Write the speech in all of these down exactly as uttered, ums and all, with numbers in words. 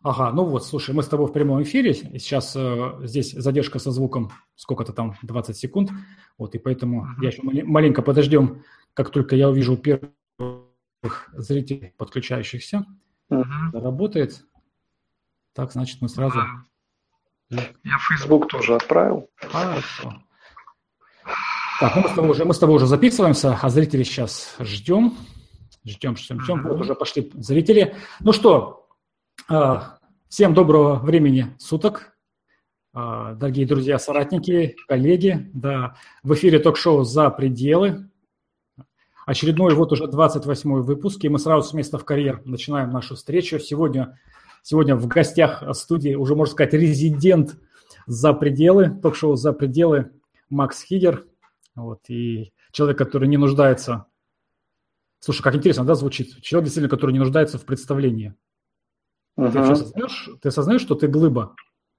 Ага, ну вот, слушай, мы с тобой в прямом эфире, сейчас э, здесь задержка со звуком, сколько-то там, двадцать секунд, вот, и поэтому я Мгм. еще мале- маленько подождем, как только я увижу первых зрителей, подключающихся, Мгм. работает, так, значит, мы сразу... Да. и- Я в Facebook тоже отправил. Хорошо. Так, ну мы с тобой уже, мы с тобой уже записываемся, а зрителей сейчас ждем, ждем, ждем, ждем, вот Мгм. уже пошли зрители. Ну что, э, всем доброго времени суток. А, Дорогие друзья, соратники, коллеги, да, в эфире ток-шоу «За пределы». Очередной, вот уже двадцать восьмой выпуск, и мы сразу с места в карьер начинаем нашу встречу. Сегодня, сегодня в гостях студии, уже можно сказать, резидент «За пределы», ток-шоу «За пределы» Макс Хигер. Вот, и человек, который не нуждается... Слушай, как интересно, да, звучит? Человек, действительно, который не нуждается в представлении. Ты вообще Мгм. осознаешь, ты осознаешь, что ты глыба?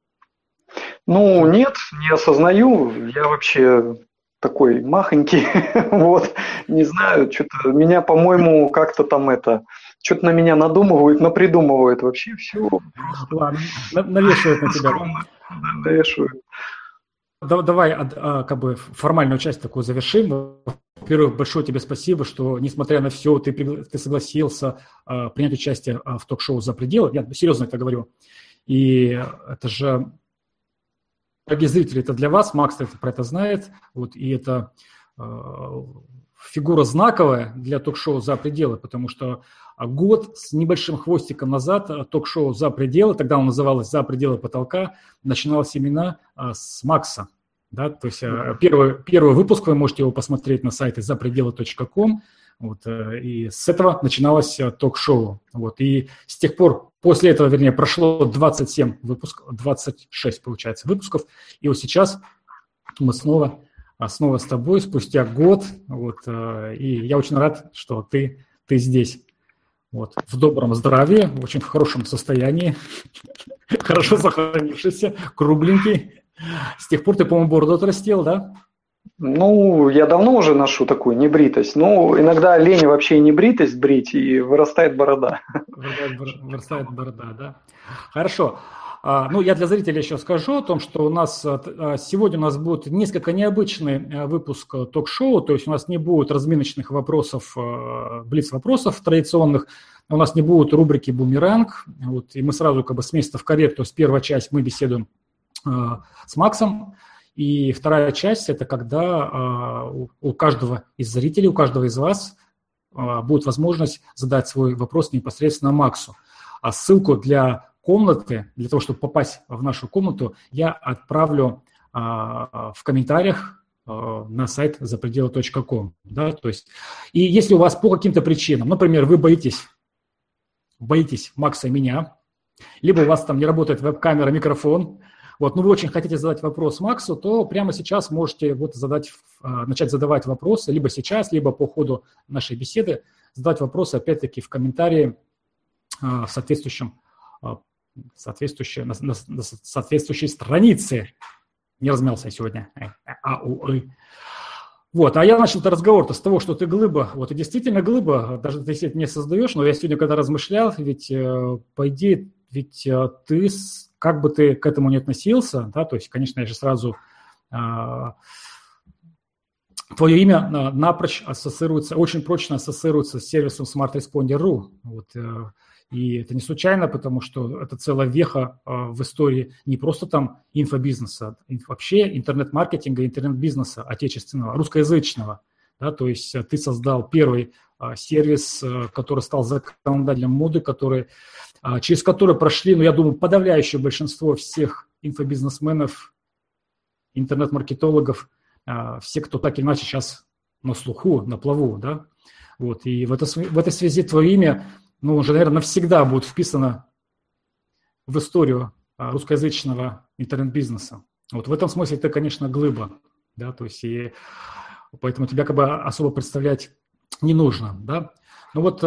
Ну, нет, не осознаю. Я вообще такой махонький. Вот, не знаю, что-то меня, по-моему, как-то там это, что-то на меня надумывают, напридумывают. Вообще все просто Ладно, на- навешивают на тебя, да? скромно, да, навешивают. Да- Давай а, а, как бы формальную часть такую завершим. Во-первых, большое тебе спасибо, что, несмотря на все, ты, пригла- ты согласился а, принять участие а, в ток-шоу «За пределы». Я серьезно это говорю. И это же, дорогие зрители, это для вас, Макс это, про это знает, вот, и это а, фигура знаковая для ток-шоу «За пределы», потому что а, год с небольшим хвостиком назад а, ток-шоу «За пределы», тогда он называлось «За пределы потолка», начиналось именно а, с Макса. Да, то есть а, первый, первый выпуск, вы можете его посмотреть на сайте запределы точка ком, вот, э, и с этого начиналось а, ток-шоу. Вот, и с тех пор, после этого, вернее, прошло двадцать семь выпусков, двадцать шесть, получается, выпусков, и вот сейчас мы снова, а, снова с тобой спустя год, вот, э, и я очень рад, что ты, ты здесь. Вот, в добром здравии, в очень хорошем состоянии, хорошо сохранившийся, кругленький. С тех пор ты, по-моему, бороду отрастил, да? Ну, я давно уже ношу такую небритость. Ну, иногда лень вообще и небритость брить, и вырастает борода. Вырастает, бор- вырастает борода, да? Хорошо. А, Ну, я для зрителей еще скажу о том, что у нас а, т- а, сегодня у нас будет несколько необычный а, выпуск а, ток-шоу, то есть у нас не будет разминочных вопросов, а, блиц-вопросов традиционных, у нас не будет рубрики «Бумеранг», вот, и мы сразу как бы с места в карьер, то есть первая часть мы беседуем а, с Максом, и вторая часть – это когда а, у у каждого из зрителей, у каждого из вас а, будет возможность задать свой вопрос непосредственно Максу. А ссылку для комнаты, для того, чтобы попасть в нашу комнату, я отправлю а, в комментариях а, на сайт запределы точка ком. Да, то есть, и если у вас по каким-то причинам, например, вы боитесь, боитесь Макса и меня, либо у вас там не работает веб-камера, микрофон, вот, но вы очень хотите задать вопрос Максу, то прямо сейчас можете вот задать, а, начать задавать вопросы, либо сейчас, либо по ходу нашей беседы, задать вопросы, опять-таки, в комментарии а, в соответствующем, а, соответствующей, на, на- на соответствующей странице. Не размялся я сегодня. Э, э, А, у, ы. Вот, а я начал этот разговор-то с того, что ты глыба. Вот, и действительно глыба, даже ты себе не создаешь, но я сегодня, когда размышлял, ведь, э, по идее, ведь э, ты, с- как бы ты к этому не относился, да, то есть, конечно, я же сразу, а, твое имя а, напрочь ассоциируется, очень прочно ассоциируется с сервисом смарт респондер точка ру. Вот, э, и это не случайно, потому что это целая веха а, в истории не просто там инфобизнеса, инф- вообще интернет-маркетинга, интернет-бизнеса отечественного, русскоязычного. Да, то есть э, ты создал первый а, сервис, э, который стал законодателем моды, который, а, через который прошли, ну, я думаю, подавляющее большинство всех инфобизнесменов, интернет-маркетологов, а, все, кто так или иначе сейчас на слуху, на плаву, да, вот, и в, это, в этой связи твое имя, ну, уже, наверное, навсегда будет вписано в историю а, русскоязычного интернет-бизнеса. Вот в этом смысле ты, конечно, глыба, да, то есть и поэтому тебя как бы особо представлять не нужно, да. Ну вот э,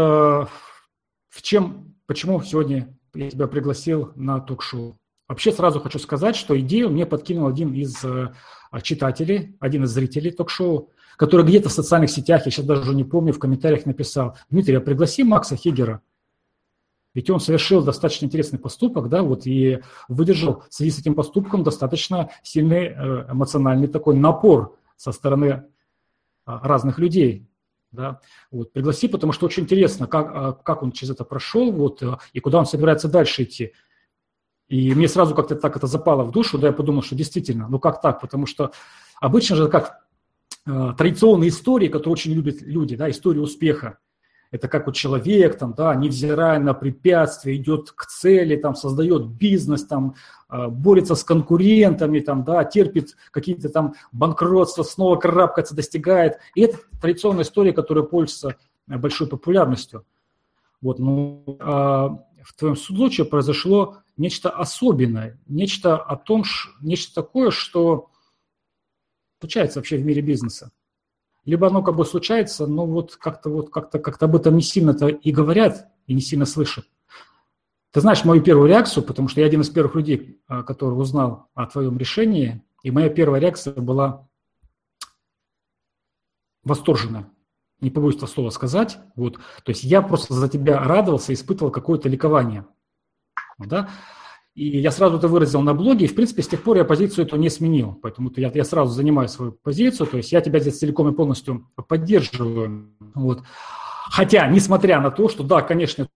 в чем, почему сегодня я тебя пригласил на ток-шоу? Вообще сразу хочу сказать, что идею мне подкинул один из э, читателей, один из зрителей ток-шоу, который где-то в социальных сетях, я сейчас даже уже не помню, в комментариях написал: Дмитрий, а пригласи Макса Хигера. Ведь он совершил достаточно интересный поступок, да, вот, и выдержал в связи с этим поступком достаточно сильный эмоциональный такой напор со стороны разных людей. Да. Вот, пригласи, потому что очень интересно, как, как он через это прошел, вот, и куда он собирается дальше идти. И мне сразу как-то так это запало в душу, да, я подумал, что действительно, ну как так, потому что обычно же как э, традиционные истории, которые очень любят люди, да, история успеха. Это как вот человек, там, да, невзирая на препятствия, идет к цели, там, создает бизнес, там, э, борется с конкурентами, там, да, терпит какие-то там банкротства, снова карабкается, достигает. И это традиционная история, которая пользуется большой популярностью. Вот, ну, э, в твоем случае произошло нечто особенное, нечто о том, нечто такое, что случается вообще в мире бизнеса. Либо оно как бы случается, но вот как-то вот как-то как-то об этом не сильно-то и говорят, и не сильно слышат. Ты знаешь мою первую реакцию, потому что я один из первых людей, который узнал о твоем решении, и моя первая реакция была восторженная. Не побоюсь этого слова сказать. Вот. То есть я просто за тебя радовался, испытывал какое-то ликование. Да? И я сразу это выразил на блоге, и, в принципе, с тех пор я позицию эту не сменил. Поэтому я, я сразу занимаю свою позицию, то есть я тебя здесь целиком и полностью поддерживаю. Вот. Хотя, несмотря на то, что, да, конечно,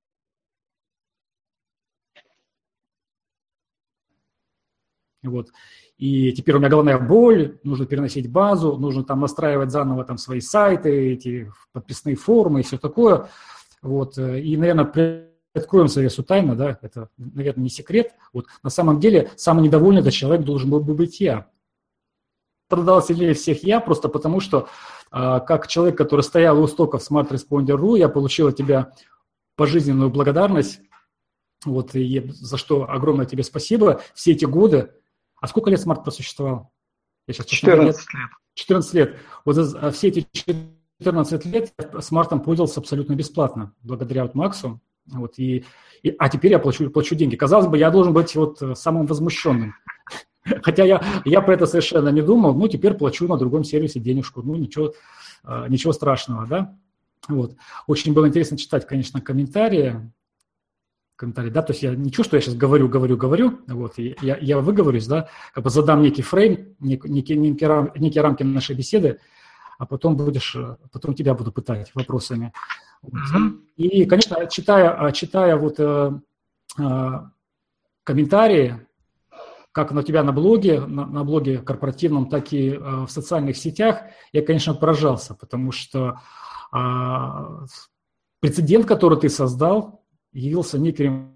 вот. И теперь у меня головная боль, нужно переносить базу, нужно там настраивать заново там свои сайты, эти подписные формы и все такое. Вот. И, наверное, откроем завесу тайны, да, это, наверное, не секрет. Вот. На самом деле, самый недовольный этот человек должен был бы быть я. Продал сильнее всех я, просто потому что, а, как человек, который стоял у истоков Smart Responder точка ру, я получил от тебя пожизненную благодарность, вот, и за что огромное тебе спасибо. Все эти годы. А сколько лет Smart просуществовал? Я сейчас четырнадцать лет. четырнадцать лет. Вот за все эти четырнадцать лет я Смартом пользовался абсолютно бесплатно, благодаря вот Максу. Вот, и, и, а теперь я плачу, плачу деньги. Казалось бы, я должен быть вот самым возмущенным. Хотя я, я про это совершенно не думал. Ну, теперь плачу на другом сервисе денежку. Ну, ничего, ничего страшного, да. Вот. Очень было интересно читать, конечно, комментарии. комментарии, да, то есть я не чувствую, что я сейчас говорю, говорю, говорю, вот, и я, я выговорюсь, да, как бы задам некий фрейм, некие, некие, рам, некие рамки нашей беседы, а потом будешь, потом тебя буду пытать вопросами. Mm-hmm. И, конечно, читая, читая вот э, э, комментарии, как на тебя на блоге, на, на блоге корпоративном, так и э, в социальных сетях, я, конечно, поражался, потому что э, прецедент, который ты создал, явился неким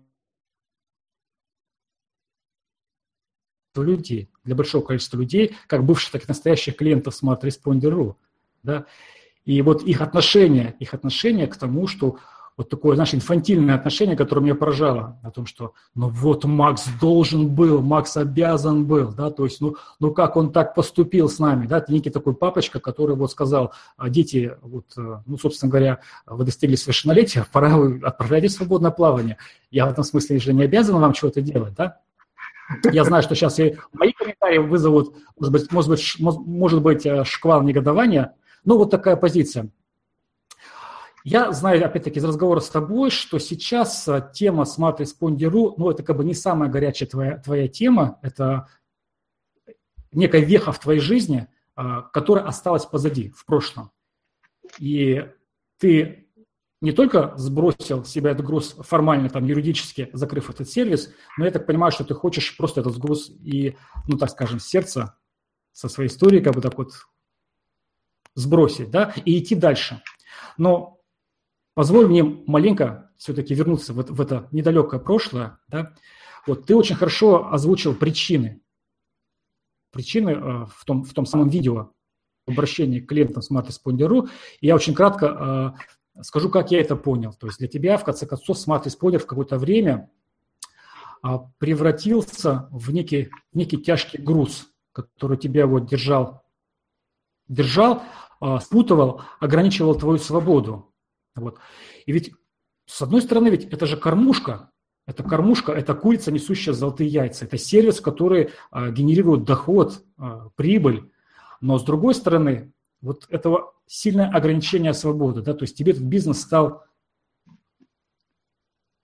людей, для большого количества людей, как бывших, так и настоящих клиентов Smart Responder точка ру, да, и вот их отношение, их отношение к тому, что вот такое, знаешь, инфантильное отношение, которое меня поражало, о том, что, ну вот Макс должен был, Макс обязан был, да, то есть, ну, ну как он так поступил с нами, да, это некий такой папочка, который вот сказал, дети, вот, ну, собственно говоря, вы достигли совершеннолетия, пора вы отправляйтесь в свободное плавание. Я в этом смысле же не обязан вам чего-то делать, да. Я знаю, что сейчас и мои комментарии вызовут, может быть, может быть, может быть шквал негодования, но вот такая позиция. Я знаю, опять-таки, из разговора с тобой, что сейчас тема Smart Responder точка ру, ну, это как бы не самая горячая твоя, твоя тема, это некая веха в твоей жизни, которая осталась позади, в прошлом. И ты не только сбросил с себя этот груз формально, там, юридически закрыв этот сервис, но я так понимаю, что ты хочешь просто этот груз и, ну, так скажем, с сердца, со своей историей, как бы так вот сбросить, да, и идти дальше. Но позволь мне маленько все-таки вернуться в это, в это недалекое прошлое, да. Вот ты очень хорошо озвучил причины, причины э, в, том, в том самом видео обращения к клиентам Smart Responder точка ру, и я очень кратко э, скажу, как я это понял. То есть для тебя, в конце концов, Smart Responder в какое-то время э, превратился в некий, некий тяжкий груз, который тебя вот держал, держал, спутывал, ограничивал твою свободу. Вот. И ведь, с одной стороны, ведь это же кормушка, это кормушка, это курица, несущая золотые яйца, это сервис, который а, генерирует доход, а, прибыль, но с другой стороны, вот этого сильное ограничение свободы, да, то есть тебе этот бизнес стал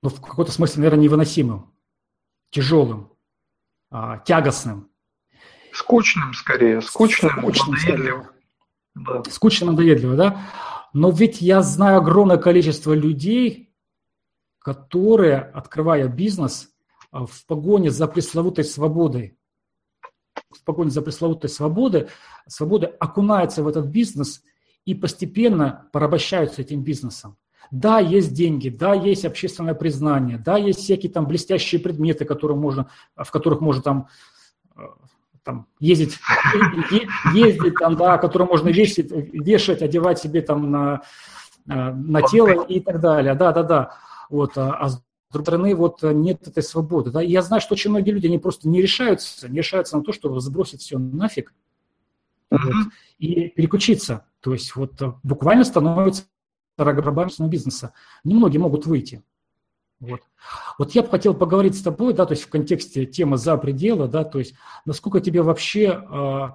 ну, в каком-то смысле, наверное, невыносимым, тяжелым, а, тягостным. Скучным скорее, скучным, Скучным, надоедливым. скорее. Да. Скучно, надоедливо, да? Но ведь я знаю огромное количество людей, которые, открывая бизнес, в погоне за пресловутой свободой, в погоне за пресловутой свободой, свободой окунаются в этот бизнес и постепенно порабощаются этим бизнесом. Да, есть деньги, да, есть общественное признание, да, есть всякие там блестящие предметы, которые можно, в которых можно там, там ездить, ездить там, да, которые можно вешать, вешать, одевать себе там на, на тело и так далее. Да, да, да. Вот, а с другой стороны, вот нет этой свободы. Да? И я знаю, что очень многие люди, они просто не решаются, не решаются на то, чтобы сбросить все нафиг вот, и переключиться. То есть вот буквально становятся рабами бизнеса. Немногие могут выйти. Вот. Вот я бы хотел поговорить с тобой, да, то есть в контексте темы «За пределы», да, то есть насколько тебе вообще э,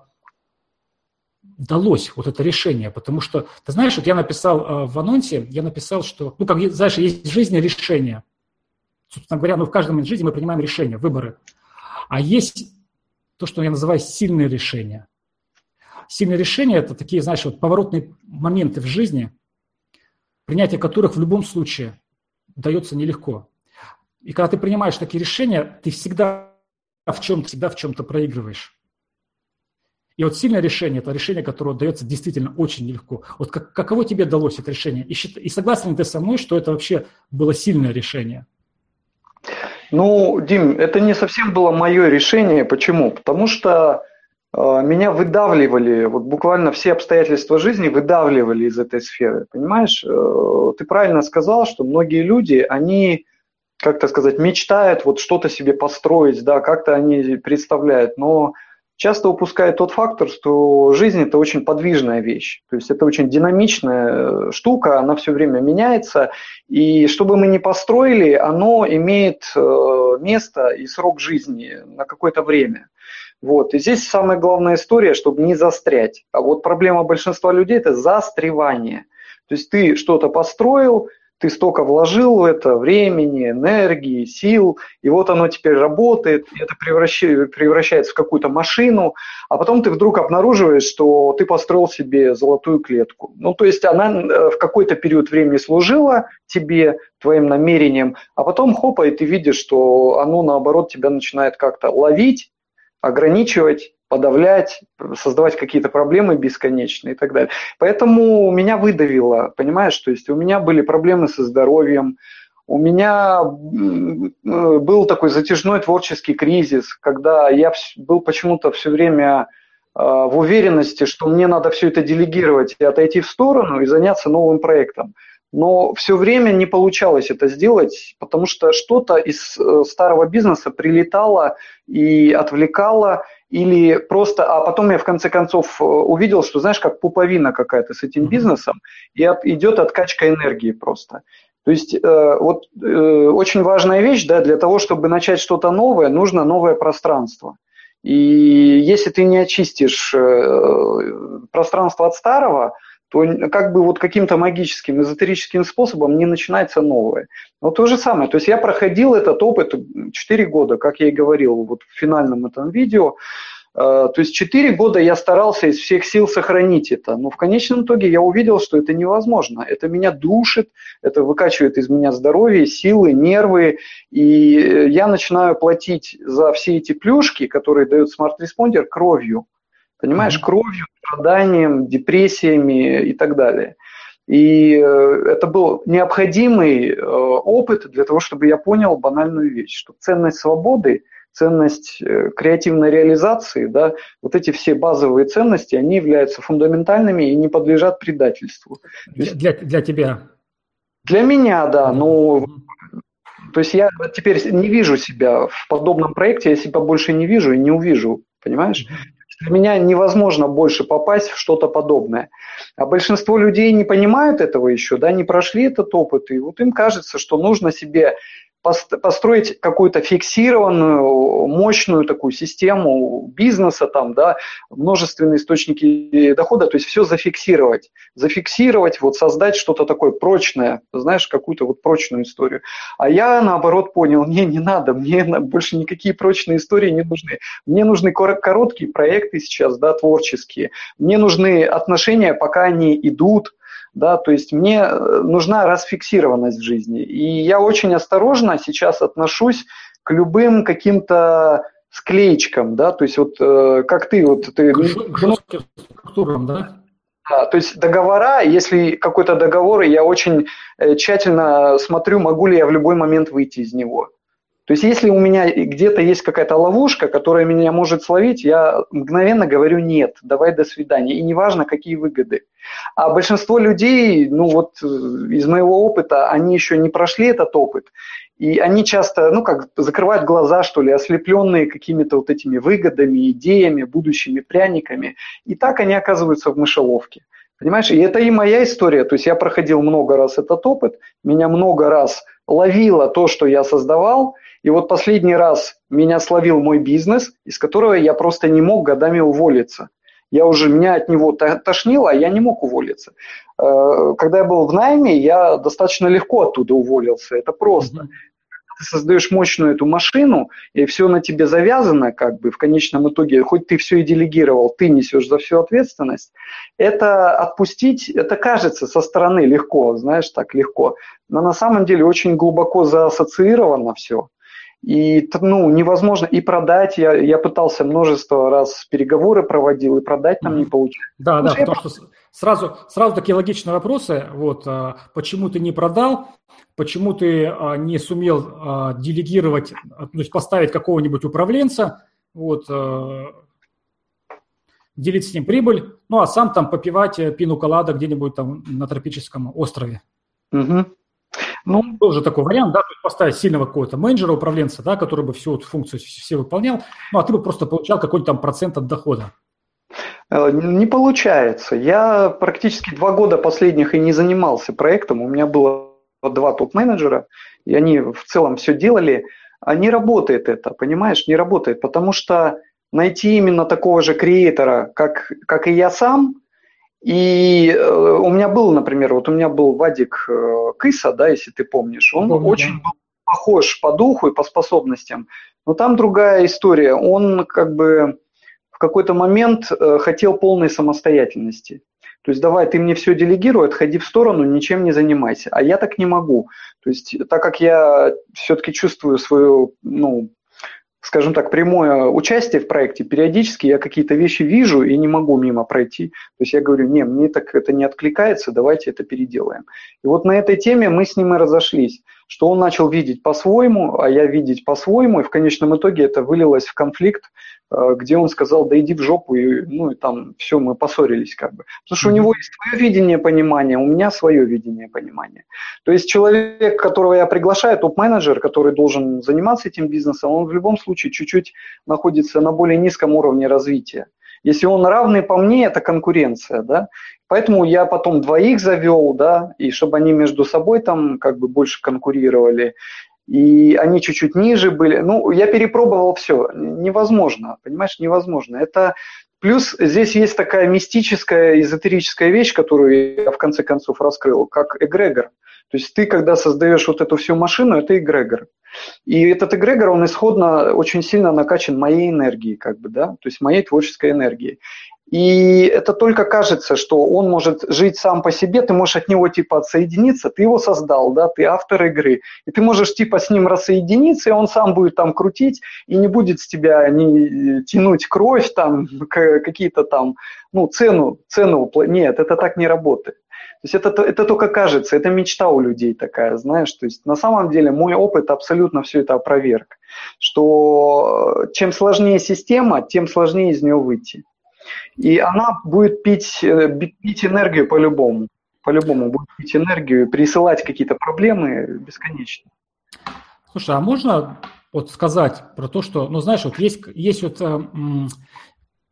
далось вот это решение, потому что, ты знаешь, вот я написал э, в анонсе, я написал, что, ну, как, знаешь, есть в жизни решения. Собственно говоря, ну, в каждом из жизни мы принимаем решения, выборы. А есть то, что я называю сильные решения. Сильные решения – это такие, знаешь, вот поворотные моменты в жизни, принятие которых в любом случае дается нелегко. И когда ты принимаешь такие решения, ты всегда в чем-то, всегда в чем-то проигрываешь. И вот сильное решение – это решение, которое дается действительно очень нелегко. Вот как, каково тебе далось это решение? И, и согласен ли ты со мной, что это вообще было сильное решение? Ну, Дим, это не совсем было мое решение. Почему? Потому что э, меня выдавливали, вот буквально все обстоятельства жизни выдавливали из этой сферы. Понимаешь? Э, ты правильно сказал, что многие люди, они, как-то сказать, мечтают вот что-то себе построить, да, как-то они представляют, но часто упускают тот фактор, что жизнь – это очень подвижная вещь. То есть это очень динамичная штука, она все время меняется. И что бы мы ни построили, оно имеет место и срок жизни на какое-то время. Вот. И здесь самая главная история, чтобы не застрять. А вот проблема большинства людей – это застревание. То есть ты что-то построил, ты столько вложил в это времени, энергии, сил, и вот оно теперь работает, и это превращается в какую-то машину, а потом ты вдруг обнаруживаешь, что ты построил себе золотую клетку. Ну, то есть она в какой-то период времени служила тебе, твоим намерениям, а потом хопа, и ты видишь, что оно, наоборот, тебя начинает как-то ловить, ограничивать, подавлять, создавать какие-то проблемы бесконечные и так далее. Поэтому меня выдавило, понимаешь, то есть у меня были проблемы со здоровьем, у меня был такой затяжной творческий кризис, когда я был почему-то все время в уверенности, что мне надо все это делегировать и отойти в сторону и заняться новым проектом. Но все время не получалось это сделать, потому что что-то из старого бизнеса прилетало и отвлекало, или просто, а потом я в конце концов увидел, что, знаешь, как пуповина какая-то с этим бизнесом, и от, идет откачка энергии просто. То есть э, вот э, очень важная вещь, да, для того, чтобы начать что-то новое, нужно новое пространство. И если ты не очистишь э, пространство от старого, то как бы вот каким-то магическим, эзотерическим способом не начинается новое. Но то же самое. То есть я проходил этот опыт четыре года, как я и говорил вот в финальном этом видео. То есть четыре года я старался из всех сил сохранить это. Но в конечном итоге я увидел, что это невозможно. Это меня душит, это выкачивает из меня здоровье, силы, нервы. И я начинаю платить за все эти плюшки, которые дает смарт-респондер, кровью. Понимаешь, кровью, страданием, депрессиями и так далее. И это был необходимый опыт для того, чтобы я понял банальную вещь, что ценность свободы, ценность креативной реализации, да, вот эти все базовые ценности, они являются фундаментальными и не подлежат предательству. Для, для, для тебя? Для меня, да. Ну, то есть я теперь не вижу себя в подобном проекте, я себя больше не вижу и не увижу, понимаешь? Для меня невозможно больше попасть в что-то подобное. А большинство людей не понимают этого еще, да, не прошли этот опыт, и вот им кажется, что нужно себе построить какую-то фиксированную, мощную такую систему бизнеса, там, да, множественные источники дохода, то есть все зафиксировать. Зафиксировать, вот создать что-то такое прочное, знаешь, какую-то вот прочную историю. А я, наоборот, понял, не, не надо, мне больше никакие прочные истории не нужны. Мне нужны короткие проекты сейчас, да, творческие. Мне нужны отношения, пока они идут, да, то есть мне нужна расфиксированность в жизни. И я очень осторожно сейчас отношусь к любым каким-то склеечкам, да, то есть вот э, как ты, вот ты... К жестким структурам, да? Да, то есть договора, если какой-то договор, я очень тщательно смотрю, могу ли я в любой момент выйти из него. То есть если у меня где-то есть какая-то ловушка, которая меня может словить, я мгновенно говорю нет, давай до свидания. И неважно, какие выгоды. А большинство людей, ну вот из моего опыта, они еще не прошли этот опыт. И они часто, ну как, закрывают глаза, что ли, ослепленные какими-то вот этими выгодами, идеями, будущими пряниками. И так они оказываются в мышеловке. Понимаешь, и это и моя история. То есть я проходил много раз этот опыт, меня много раз ловило то, что я создавал. И вот последний раз меня словил мой бизнес, из которого я просто не мог годами уволиться. Я уже, меня от него тошнило, а я не мог уволиться. Когда я был в найме, я достаточно легко оттуда уволился. Это просто. Ты создаешь мощную эту машину, и все на тебе завязано, как бы в конечном итоге, хоть ты все и делегировал, ты несешь за всю ответственность. Это отпустить, это кажется со стороны легко, знаешь, так легко. Но на самом деле очень глубоко заассоциировано все. И ну, невозможно и продать. Я, я пытался множество раз переговоры проводил, и продать там не получилось. Да, да, потому что сразу, сразу такие логичные вопросы. Вот, почему ты не продал, почему ты не сумел делегировать, то есть поставить какого-нибудь управленца, вот, делить с ним прибыль, ну а сам там попивать пину колада где-нибудь там на тропическом острове. Угу. Ну, тоже такой вариант, да, то есть поставить сильного какого-то менеджера, управленца, да, который бы всю эту функцию все выполнял, ну, а ты бы просто получал какой-то там процент от дохода. Не получается. Я практически два года последних и не занимался проектом. У меня было два топ-менеджера, и они в целом все делали. А не работает это, понимаешь, не работает, потому что найти именно такого же креатора, как, как и я сам. И э, у меня был, например, вот у меня был Вадик э, Кыса, да, если ты помнишь, он Помню, очень да. был похож по духу и по способностям, но там другая история, он как бы в какой-то момент э, хотел полной самостоятельности. То есть давай, ты мне все делегируй, отходи в сторону, ничем не занимайся. А я так не могу. То есть так как я все-таки чувствую свою, ну, скажем так, прямое участие в проекте, периодически я какие-то вещи вижу и не могу мимо пройти. То есть я говорю, не, мне так это не откликается, давайте это переделаем. И вот на этой теме мы с ним и разошлись, что он начал видеть по-своему, а я видеть по-своему, и в конечном итоге это вылилось в конфликт, где он сказал, да иди в жопу, и, ну и там все, мы поссорились как бы. Потому что у него есть свое видение понимания, у меня свое видение понимания. То есть человек, которого я приглашаю, топ-менеджер, который должен заниматься этим бизнесом, он в любом случае чуть-чуть находится на более низком уровне развития. Если он равный по мне, это конкуренция, да. Поэтому я потом двоих завел, да, и чтобы они между собой там как бы больше конкурировали. И они чуть-чуть ниже были. Ну, я перепробовал все. Невозможно, понимаешь, невозможно. Это плюс здесь есть такая мистическая, эзотерическая вещь, которую я в конце концов раскрыл, как эгрегор. То есть ты, когда создаешь вот эту всю машину, это эгрегор. И этот эгрегор, он исходно очень сильно накачан моей энергией, как бы, да, то есть моей творческой энергией. И это только кажется, что он может жить сам по себе, ты можешь от него типа отсоединиться, ты его создал, да, ты автор игры, и ты можешь типа с ним рассоединиться, и он сам будет там крутить, и не будет с тебя не тянуть кровь, там, какие-то там, ну, цену, цену, нет, это так не работает. То есть это, это только кажется, это мечта у людей такая, знаешь, то есть на самом деле мой опыт абсолютно все это опроверг, что чем сложнее система, тем сложнее из нее выйти. И она будет пить, пить энергию по-любому. По-любому будет пить энергию, присылать какие-то проблемы бесконечно. Слушай, а можно вот сказать про то, что, ну, знаешь, вот есть, есть вот...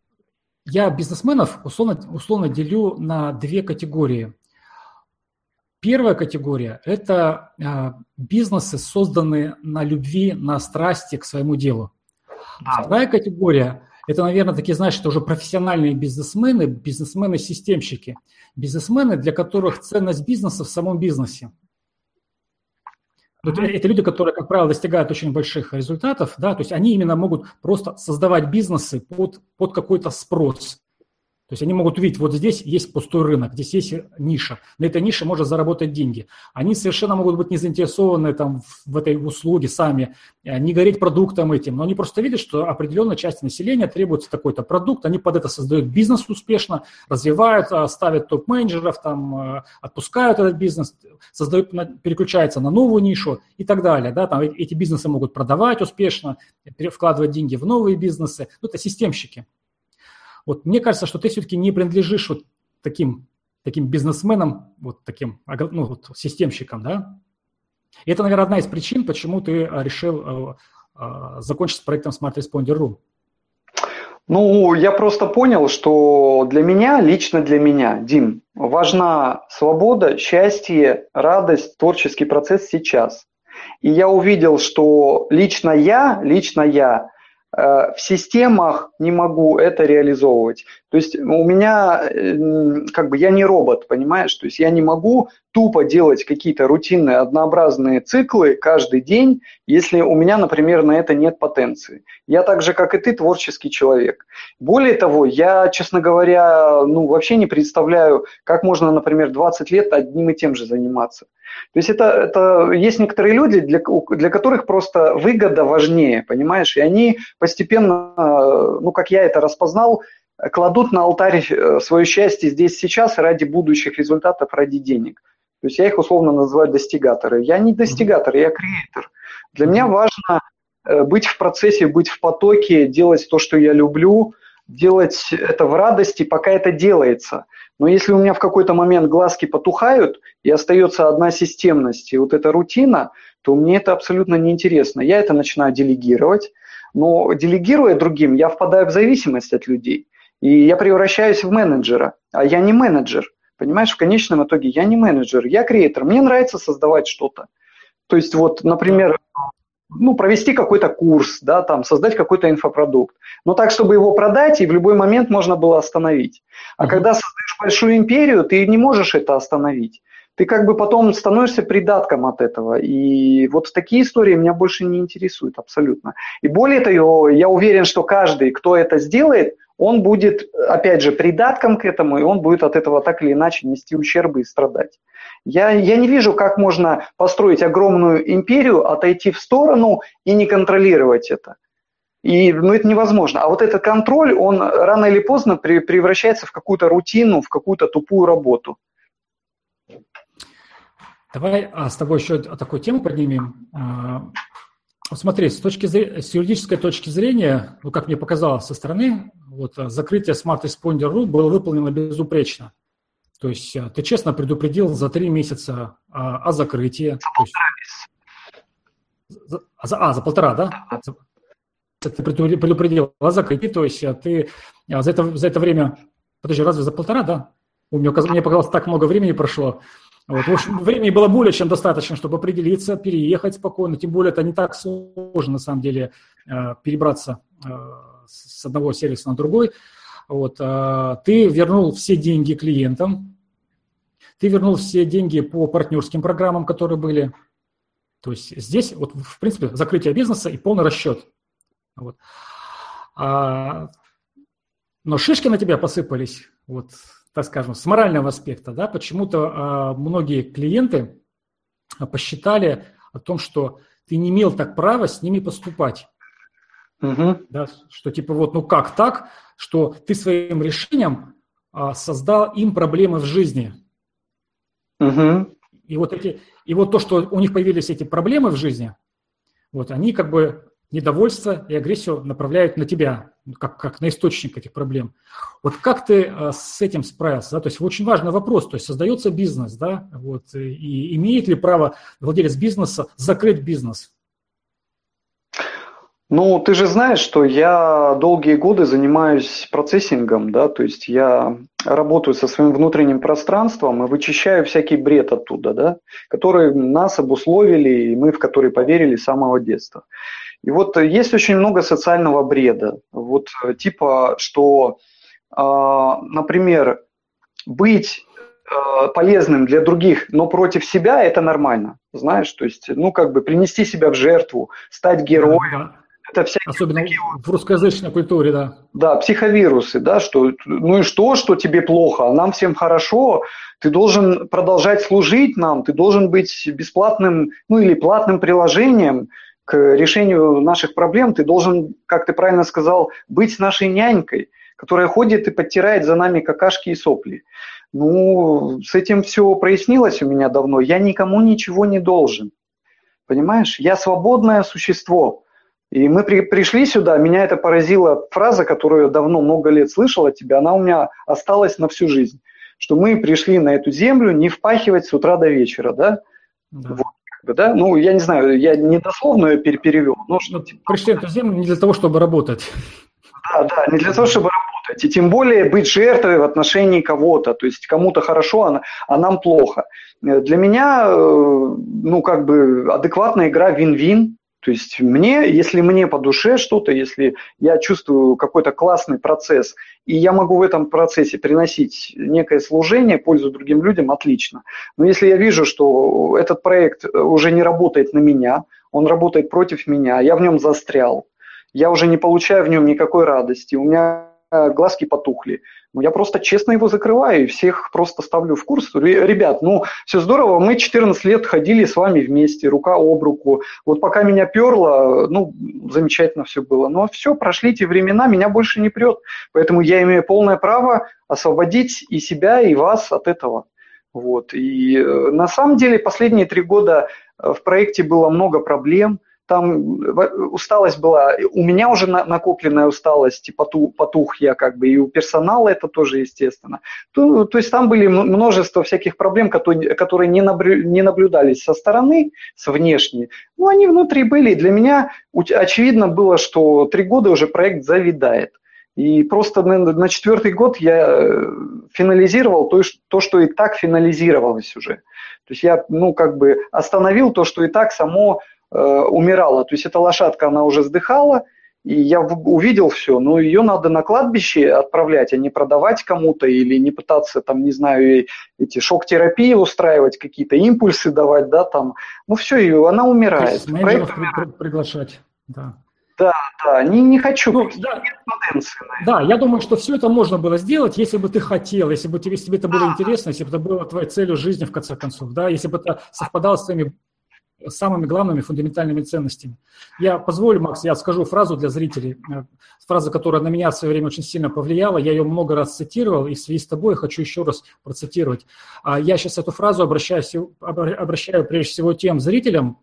Я бизнесменов условно, условно делю на две категории. Первая категория – это а, бизнесы, созданные на любви, на страсти к своему делу. Да. Вторая категория – это, наверное, такие, знаешь, это уже профессиональные бизнесмены, бизнесмены-системщики. Бизнесмены, для которых ценность бизнеса в самом бизнесе. Mm-hmm. Это люди, которые, как правило, достигают очень больших результатов, да, то есть они именно могут просто создавать бизнесы под, под какой-то спрос. То есть они могут увидеть, вот здесь есть пустой рынок, здесь есть ниша, на этой нише можно заработать деньги. Они совершенно могут быть не заинтересованы там, в этой услуге сами, не гореть продуктом этим, но они просто видят, что определенная часть населения требуется такой-то продукт, они под это создают бизнес успешно, развивают, ставят топ-менеджеров, там, отпускают этот бизнес, создают, переключаются на новую нишу и так далее. Да? Там эти бизнесы могут продавать успешно, вкладывать деньги в новые бизнесы. Ну, это системщики. Вот мне кажется, что ты все-таки не принадлежишь вот таким, таким бизнесменам, вот таким, ну, вот системщикам, да? И это, наверное, одна из причин, почему ты решил закончить с проектом Smart Responder точка ру. Ну, я просто понял, что для меня, лично для меня, Дим, важна свобода, счастье, радость, творческий процесс сейчас. И я увидел, что лично я, лично я, в системах не могу это реализовывать. То есть у меня, как бы, я не робот, понимаешь? То есть я не могу тупо делать какие-то рутинные, однообразные циклы каждый день, если у меня, например, на это нет потенции. Я так же, как и ты, творческий человек. Более того, я, честно говоря, ну, вообще не представляю, как можно, например, двадцать лет одним и тем же заниматься. То есть это, это есть некоторые люди, для, для которых просто выгода важнее, понимаешь? И они постепенно, ну, как я это распознал, кладут на алтарь свое счастье здесь сейчас ради будущих результатов, ради денег. То есть я их условно называю достигаторы. Я не достигатор, я креатор. Для меня важно быть в процессе, быть в потоке, делать то, что я люблю, делать это в радости, пока это делается. Но если у меня в какой-то момент глазки потухают, и остается одна системность, и вот эта рутина, то мне это абсолютно неинтересно. Я это начинаю делегировать, но делегируя другим, я впадаю в зависимость от людей, и я превращаюсь в менеджера, а я не менеджер. Понимаешь, в конечном итоге я не менеджер, я креатор, мне нравится создавать что-то. То есть вот, например, ну, провести какой-то курс, да, там, создать какой-то инфопродукт, но так, чтобы его продать, и в любой момент можно было остановить. А mm-hmm. когда создаешь большую империю, ты не можешь это остановить. Ты как бы потом становишься придатком от этого. И вот такие истории меня больше не интересуют абсолютно. И более того, я уверен, что каждый, кто это сделает, он будет, опять же, придатком к этому, и он будет от этого так или иначе нести ущербы и страдать. Я, я не вижу, как можно построить огромную империю, отойти в сторону и не контролировать это. И, ну, это невозможно. А вот этот контроль, он рано или поздно при, превращается в какую-то рутину, в какую-то тупую работу. Давай а, с тобой еще такую тему поднимем. А, смотри, с, точки зрения, с юридической точки зрения, ну, как мне показалось со стороны, вот, закрытие Smart Responder точка ру было выполнено безупречно. То есть ты честно предупредил за три месяца а, о закрытии. За полтора месяца. За, а, за полтора, да? За, ты предупредил о закрытии, то есть ты за это, за это время... Подожди, разве за полтора, да? У меня, мне показалось, так много времени прошло. Вот. В общем, времени было более чем достаточно, чтобы определиться, переехать спокойно. Тем более это не так сложно, на самом деле, перебраться с одного сервиса на другой. Вот. Ты вернул все деньги клиентам, ты вернул все деньги по партнерским программам, которые были. То есть здесь, вот, в принципе, закрытие бизнеса и полный расчет. Вот. А, но шишки на тебя посыпались, вот, так скажем, с морального аспекта. Да? Почему-то а, многие клиенты посчитали о том, что ты не имел так права с ними поступать. Угу. Да? Что типа вот, ну как так, что ты своим решением а, создал им проблемы в жизни. Угу. И, вот эти, и вот то, что у них появились эти проблемы в жизни, вот они как бы недовольство и агрессию направляют на тебя, как, как на источник этих проблем. Вот как ты а, с этим справился? Да? То есть очень важный вопрос. То есть создается бизнес, да, вот, и имеет ли право владелец бизнеса закрыть бизнес? Ну, ты же знаешь, что я долгие годы занимаюсь процессингом, да, то есть я работаю со своим внутренним пространством и вычищаю всякий бред оттуда, да, который нас обусловили, и мы в который поверили с самого детства. И вот есть очень много социального бреда, вот типа, что, а, например, быть э, полезным для других, но против себя – это нормально, знаешь, то есть, ну, как бы принести себя в жертву, стать Да, героем, да. это всякие Особенно такие в русскоязычной культуре, да. да, психовирусы, да, что ну и что, что тебе плохо, а нам всем хорошо, ты должен продолжать служить нам, ты должен быть бесплатным, ну или платным приложением к решению наших проблем, ты должен, как ты правильно сказал, быть нашей нянькой, которая ходит и подтирает за нами какашки и сопли. Ну, с этим все прояснилось у меня давно, я никому ничего не должен, понимаешь, я свободное существо. И мы при, пришли сюда, меня это поразила фраза, которую я давно, много лет слышал от тебя, она у меня осталась на всю жизнь, что мы пришли на эту землю не впахивать с утра до вечера, да? Да. Вот, как бы, да? Ну, я не знаю, я не дословно ее пере- перевел, но что Ну, типа, пришли на эту землю не для того, чтобы работать. да, да, не для того, чтобы работать, и тем более быть жертвой в отношении кого-то, то есть кому-то хорошо, а, а нам плохо. Для меня, э, ну, как бы адекватная игра вин-вин. То есть мне, если мне по душе что-то, если я чувствую какой-то классный процесс, и я могу в этом процессе приносить некое служение, пользу другим людям, отлично. Но если я вижу, что этот проект уже не работает на меня, он работает против меня, я в нем застрял, я уже не получаю в нем никакой радости, у меня глазки потухли. Ну, я просто честно его закрываю и всех просто ставлю в курс. Ребят, ну, все здорово, мы четырнадцать лет ходили с вами вместе, рука об руку. Вот пока меня перло, ну, замечательно все было. Но все, прошли те времена, меня больше не прет. Поэтому я имею полное право освободить и себя, и вас от этого. Вот. И э, на самом деле последние три года в проекте было много проблем. Там усталость была, у меня уже накопленная усталость, и потух, потух я как бы, и у персонала это тоже естественно. То, то есть там были множество всяких проблем, которые, которые не, наблю, не наблюдались со стороны, с внешней, но они внутри были. И для меня очевидно было, что три года уже проект завидает. И просто на, на четвертый год я финализировал то, то, что и так финализировалось уже. То есть я, ну, как бы остановил то, что и так само умирала. То есть эта лошадка, она уже сдыхала, и я увидел все, но ее надо на кладбище отправлять, а не продавать кому-то или не пытаться, там, не знаю, эти шок-терапии устраивать, какие-то импульсы давать, да, там. Ну все, ее, она умирает. Менеджеров при, приглашать, да. Да, да, не, не хочу. Ну, я, да, я думаю, что все это можно было сделать, если бы ты хотел, если бы тебе, если бы это было интересно, если бы это было твоей целью жизни, в конце концов, да, если бы это совпадало с твоими самыми главными фундаментальными ценностями. Я позволю, Макс, я скажу фразу для зрителей, фраза, которая на меня в свое время очень сильно повлияла, я ее много раз цитировал, и в связи с тобой хочу еще раз процитировать. Я сейчас эту фразу обращаю, обращаю прежде всего тем зрителям,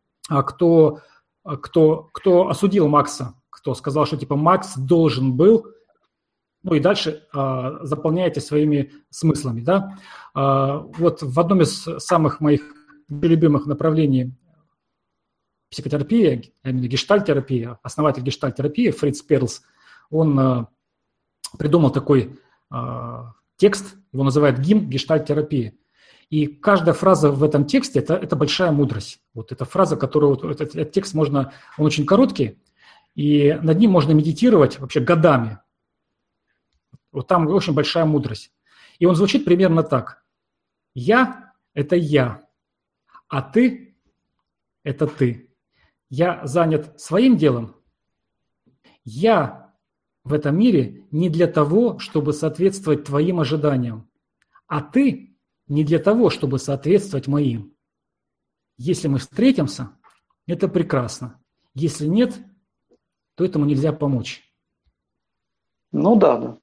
кто, кто, кто осудил Макса, кто сказал, что типа Макс должен был, ну и дальше а, заполняете своими смыслами. Да? А, вот в одном из самых моих любимых направлений психотерапии, а именно гештальт-терапия, основатель гештальт-терапии Фриц Перлс, он э, придумал такой э, текст, его называют гимн гештальт-терапии. И каждая фраза в этом тексте это, – это большая мудрость. Вот эта фраза, которую, вот, этот, этот текст можно, он очень короткий, и над ним можно медитировать вообще годами. Вот там очень большая мудрость. И он звучит примерно так. Я – это я. А ты – это ты. Я занят своим делом. Я в этом мире не для того, чтобы соответствовать твоим ожиданиям, а ты не для того, чтобы соответствовать моим. Если мы встретимся, это прекрасно. Если нет, то этому нельзя помочь. Ну да, да.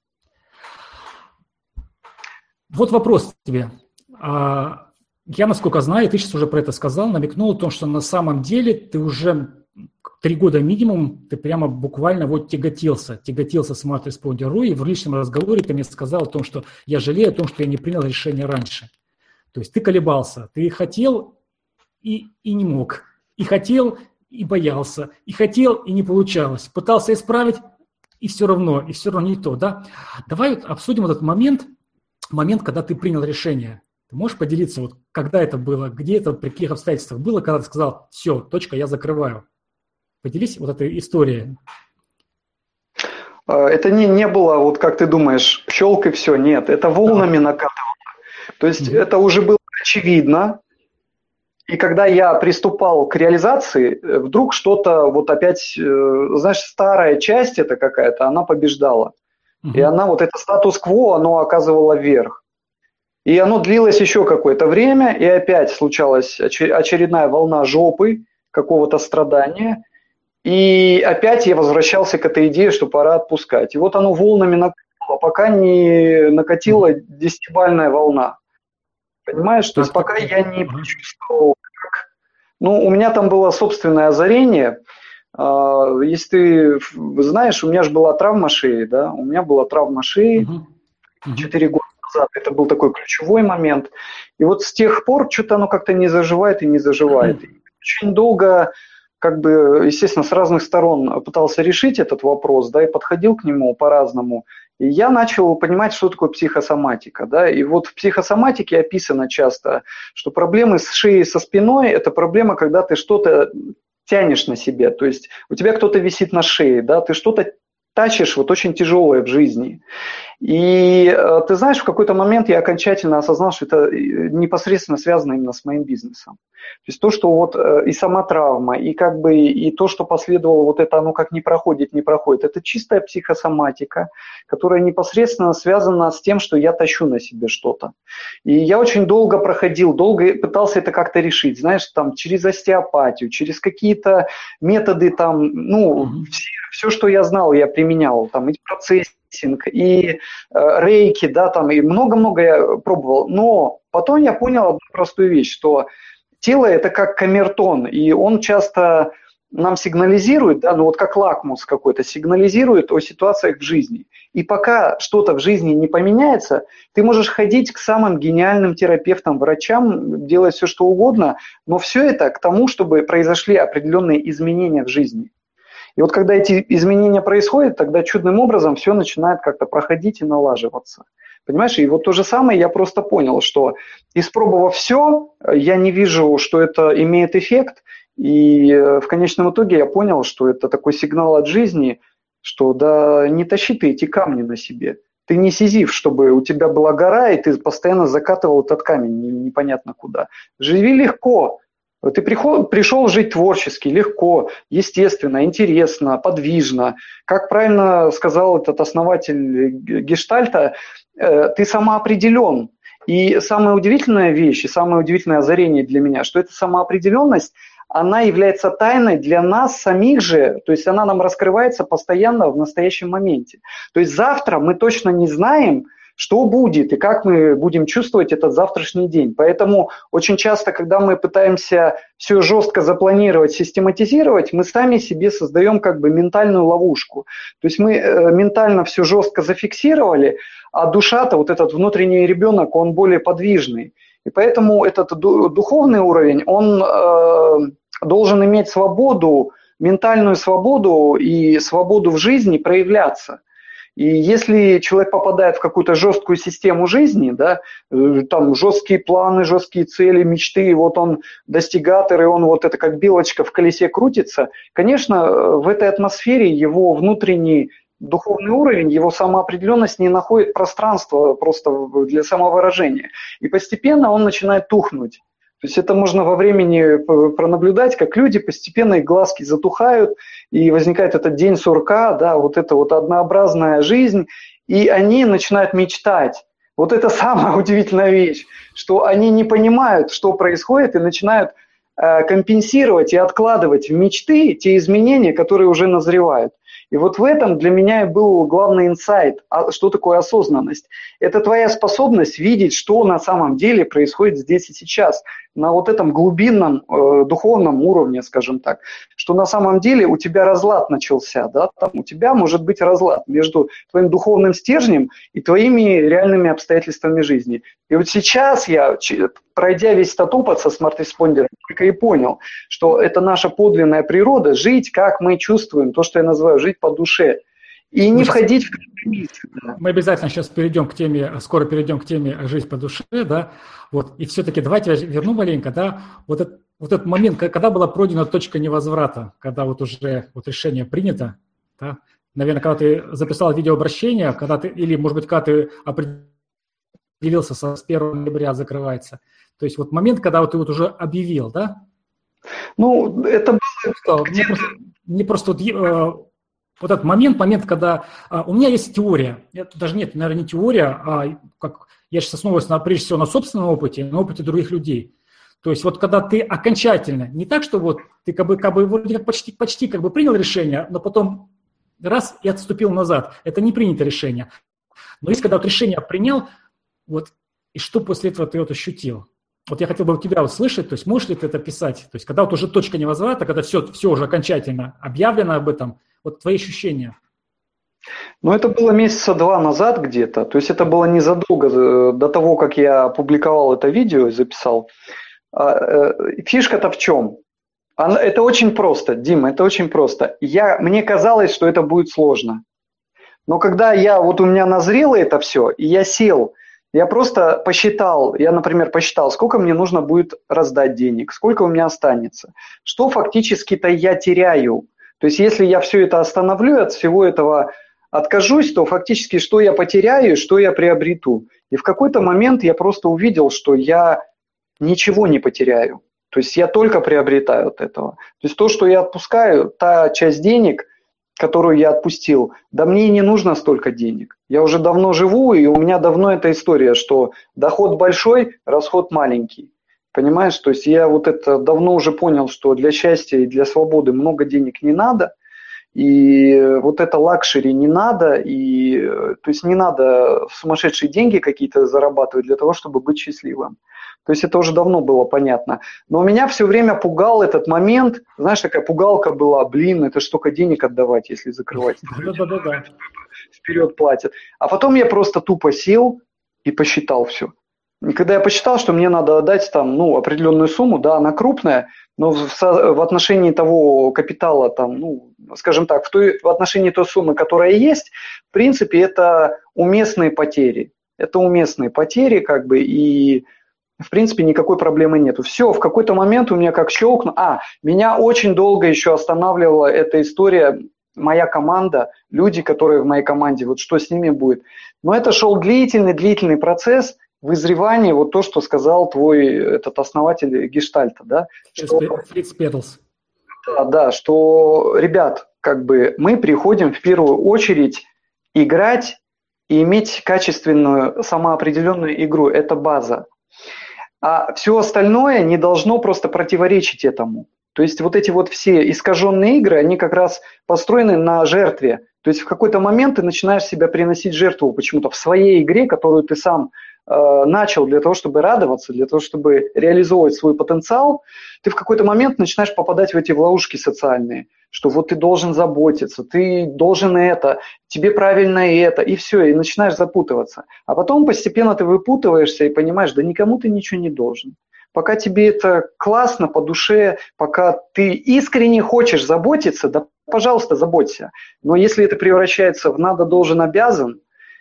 Вот вопрос тебе. Я, насколько знаю, ты сейчас уже про это сказал, намекнул о том, что на самом деле ты уже три года минимум, ты прямо буквально вот тяготился, тяготился Smart Responder точка ру, и в личном разговоре ты мне сказал о том, что я жалею о том, что я не принял решение раньше. То есть ты колебался, ты хотел и, и не мог, и хотел и боялся, и хотел, и не получалось. Пытался исправить, и все равно, и все равно не то, да? Давай вот обсудим этот момент, момент, когда ты принял решение. Ты можешь поделиться, вот когда это было, где это, при каких обстоятельствах было, когда ты сказал, все, точка, я закрываю. Поделись вот этой историей. Это не, не было, вот как ты думаешь, щелк и все, нет, это волнами накатывало. То есть mm-hmm. это уже было очевидно, и когда я приступал к реализации, вдруг что-то, вот опять, знаешь, старая часть это какая-то, она побеждала. Mm-hmm. И она, вот это статус-кво, оно оказывало верх. И оно длилось еще какое-то время, и опять случалась очередная волна жопы, какого-то страдания. И опять я возвращался к этой идее, что пора отпускать. И вот оно волнами накатило, пока не накатила десятибальная волна. Понимаешь? То есть пока я не почувствовал, как... Ну, у меня там было собственное озарение. Если ты знаешь, у меня же была травма шеи, да? У меня была травма шеи четыре года назад. Это был такой ключевой момент. И вот с тех пор что-то оно как-то не заживает и не заживает. И очень долго... как бы, естественно, с разных сторон пытался решить этот вопрос, да, и подходил к нему по-разному. И я начал понимать, что такое психосоматика, да, и вот в психосоматике описано часто, что проблемы с шеей, со спиной – это проблема, когда ты что-то тянешь на себе, то есть у тебя кто-то висит на шее, да, ты что-то тащишь вот очень тяжелое в жизни. И э, ты знаешь, в какой-то момент я окончательно осознал, что это непосредственно связано именно с моим бизнесом. То есть то, что вот э, и сама травма, и как бы и то, что последовало, вот это оно как не проходит, не проходит, это чистая психосоматика, которая непосредственно связана с тем, что я тащу на себе что-то. И я очень долго проходил, долго пытался это как-то решить, знаешь, там через остеопатию, через какие-то методы там, ну, mm-hmm. все, все, что я знал, я применял, там, и процессы, и э, рейки, да, там, и много-много я пробовал. Но потом я понял одну простую вещь, что тело – это как камертон, и он часто нам сигнализирует, да, ну вот как лакмус какой-то, сигнализирует о ситуациях в жизни. И пока что-то в жизни не поменяется, ты можешь ходить к самым гениальным терапевтам, врачам, делать все, что угодно, но все это к тому, чтобы произошли определенные изменения в жизни. И вот когда эти изменения происходят, тогда чудным образом все начинает как-то проходить и налаживаться. Понимаешь? И вот то же самое я просто понял, что испробовав все, я не вижу, что это имеет эффект. И в конечном итоге я понял, что это такой сигнал от жизни, что да не тащи ты эти камни на себе. Ты не Сизиф, чтобы у тебя была гора, и ты постоянно закатывал этот камень непонятно куда. Живи легко. Ты приход, пришел жить творчески, легко, естественно, интересно, подвижно. Как правильно сказал этот основатель Гештальта, э, ты самоопределен. И самая удивительная вещь, и самое удивительное озарение для меня, что эта самоопределенность, она является тайной для нас самих же, то есть она нам раскрывается постоянно в настоящем моменте. То есть завтра мы точно не знаем, что будет и как мы будем чувствовать этот завтрашний день. Поэтому очень часто, когда мы пытаемся все жестко запланировать, систематизировать, мы сами себе создаем как бы ментальную ловушку. То есть мы э, ментально все жестко зафиксировали, а душа-то, вот этот внутренний ребенок, он более подвижный. И поэтому этот духовный уровень, он э, должен иметь свободу, ментальную свободу и свободу в жизни проявляться. И если человек попадает в какую-то жесткую систему жизни, да, там жесткие планы, жесткие цели, мечты, и вот он достигатор, и он вот это как белочка в колесе крутится, конечно, в этой атмосфере его внутренний духовный уровень, его самоопределенность не находит пространства просто для самовыражения. И постепенно он начинает тухнуть. То есть это можно во времени пронаблюдать, как люди постепенно, их глазки затухают, и возникает этот день сурка, да, вот эта вот однообразная жизнь, и они начинают мечтать. Вот это самая удивительная вещь, что они не понимают, что происходит, и начинают э, компенсировать и откладывать в мечты те изменения, которые уже назревают. И вот в этом для меня и был главный инсайт, что такое осознанность. Это твоя способность видеть, что на самом деле происходит здесь и сейчас. на вот этом глубинном э, духовном уровне, скажем так, что на самом деле у тебя разлад начался, да, там у тебя может быть разлад между твоим духовным стержнем и твоими реальными обстоятельствами жизни. И вот сейчас я, пройдя весь этот опыт со смарт-респондером, только и понял, что это наша подлинная природа, жить, как мы чувствуем, то, что я называю жить по душе. И не входить в компромиссы. Да. Мы обязательно сейчас перейдем к теме, скоро перейдем к теме «Жизнь по душе», да, вот, и все-таки давайте я верну маленько, да, вот этот, вот этот момент, когда была пройдена точка невозврата, когда вот уже вот решение принято, да, наверное, когда ты записал видеообращение, когда ты, или, может быть, когда ты определился, с первого ноября закрывается, то есть вот момент, когда вот ты вот уже объявил, да? Ну, это было... Что, мне просто, мне просто вот... Э, Вот этот момент, момент, когда а, у меня есть теория, это даже нет, наверное, не теория, а как я сейчас основываюсь на, прежде всего на собственном опыте, на опыте других людей. То есть вот когда ты окончательно, не так, что вот ты как бы, как бы вроде как почти, почти как бы принял решение, но потом раз и отступил назад. Это не принято решение. Но есть, когда вот решение принял, вот, и что после этого ты вот ощутил? Вот я хотел бы у тебя услышать, то есть можешь ли ты это писать? То есть когда вот уже точка невозврата, когда все, все уже окончательно объявлено об этом, вот твои ощущения. Ну, это было месяца два назад где-то. То есть это было незадолго до того, как я опубликовал это видео и записал. Фишка-то в чем? Это очень просто, Дима, это очень просто. Я, мне казалось, что это будет сложно. Но когда я, вот у меня назрело это все, и я сел, я просто посчитал, я, например, посчитал, сколько мне нужно будет раздать денег, сколько у меня останется, что фактически-то я теряю. То есть если я все это остановлю, от всего этого откажусь, то фактически что я потеряю, что я приобрету. И в какой-то момент я просто увидел, что я ничего не потеряю. То есть я только приобретаю от этого. То есть то, что я отпускаю, та часть денег, которую я отпустил, да мне не нужно столько денег. Я уже давно живу, и у меня давно эта история, что доход большой, расход маленький. Понимаешь, то есть я вот это давно уже понял, что для счастья и для свободы много денег не надо, и вот это лакшери не надо, и то есть не надо сумасшедшие деньги какие-то зарабатывать для того, чтобы быть счастливым. То есть это уже давно было понятно. Но меня все время пугал этот момент, знаешь, такая пугалка была, блин, это ж столько денег отдавать, если закрывать. Да-да-да. Вперед платят. А потом я просто тупо сел и посчитал все. И когда я посчитал, что мне надо отдать там, ну, определенную сумму, да, она крупная, но в, в отношении того капитала, там, ну, скажем так, в, той, в отношении той суммы, которая есть, в принципе, это уместные потери. Это уместные потери, как бы, и, в принципе, никакой проблемы нету. Все, в какой-то момент у меня как щелкнуло. А, меня очень долго еще останавливала эта история, моя команда, люди, которые в моей команде, вот что с ними будет. Но это шел длительный-длительный процесс, вызревание, вот то, что сказал твой этот основатель Гештальта, да? Фриц Перлс. Да, да, что, ребят, как бы мы приходим в первую очередь играть и иметь качественную самоопределенную игру, это база. А все остальное не должно просто противоречить этому. То есть вот эти вот все искаженные игры, они как раз построены на жертве. То есть в какой-то момент ты начинаешь себя приносить жертву почему-то в своей игре, которую ты сам э, начал для того, чтобы радоваться, для того, чтобы реализовывать свой потенциал. Ты в какой-то момент начинаешь попадать в эти ловушки социальные, что вот ты должен заботиться, ты должен это, тебе правильно это, и все, и начинаешь запутываться. А потом постепенно ты выпутываешься и понимаешь, да никому ты ничего не должен. Пока тебе это классно, по душе, пока ты искренне хочешь заботиться, да, пожалуйста, заботься. Но если это превращается в надо, должен, обязан,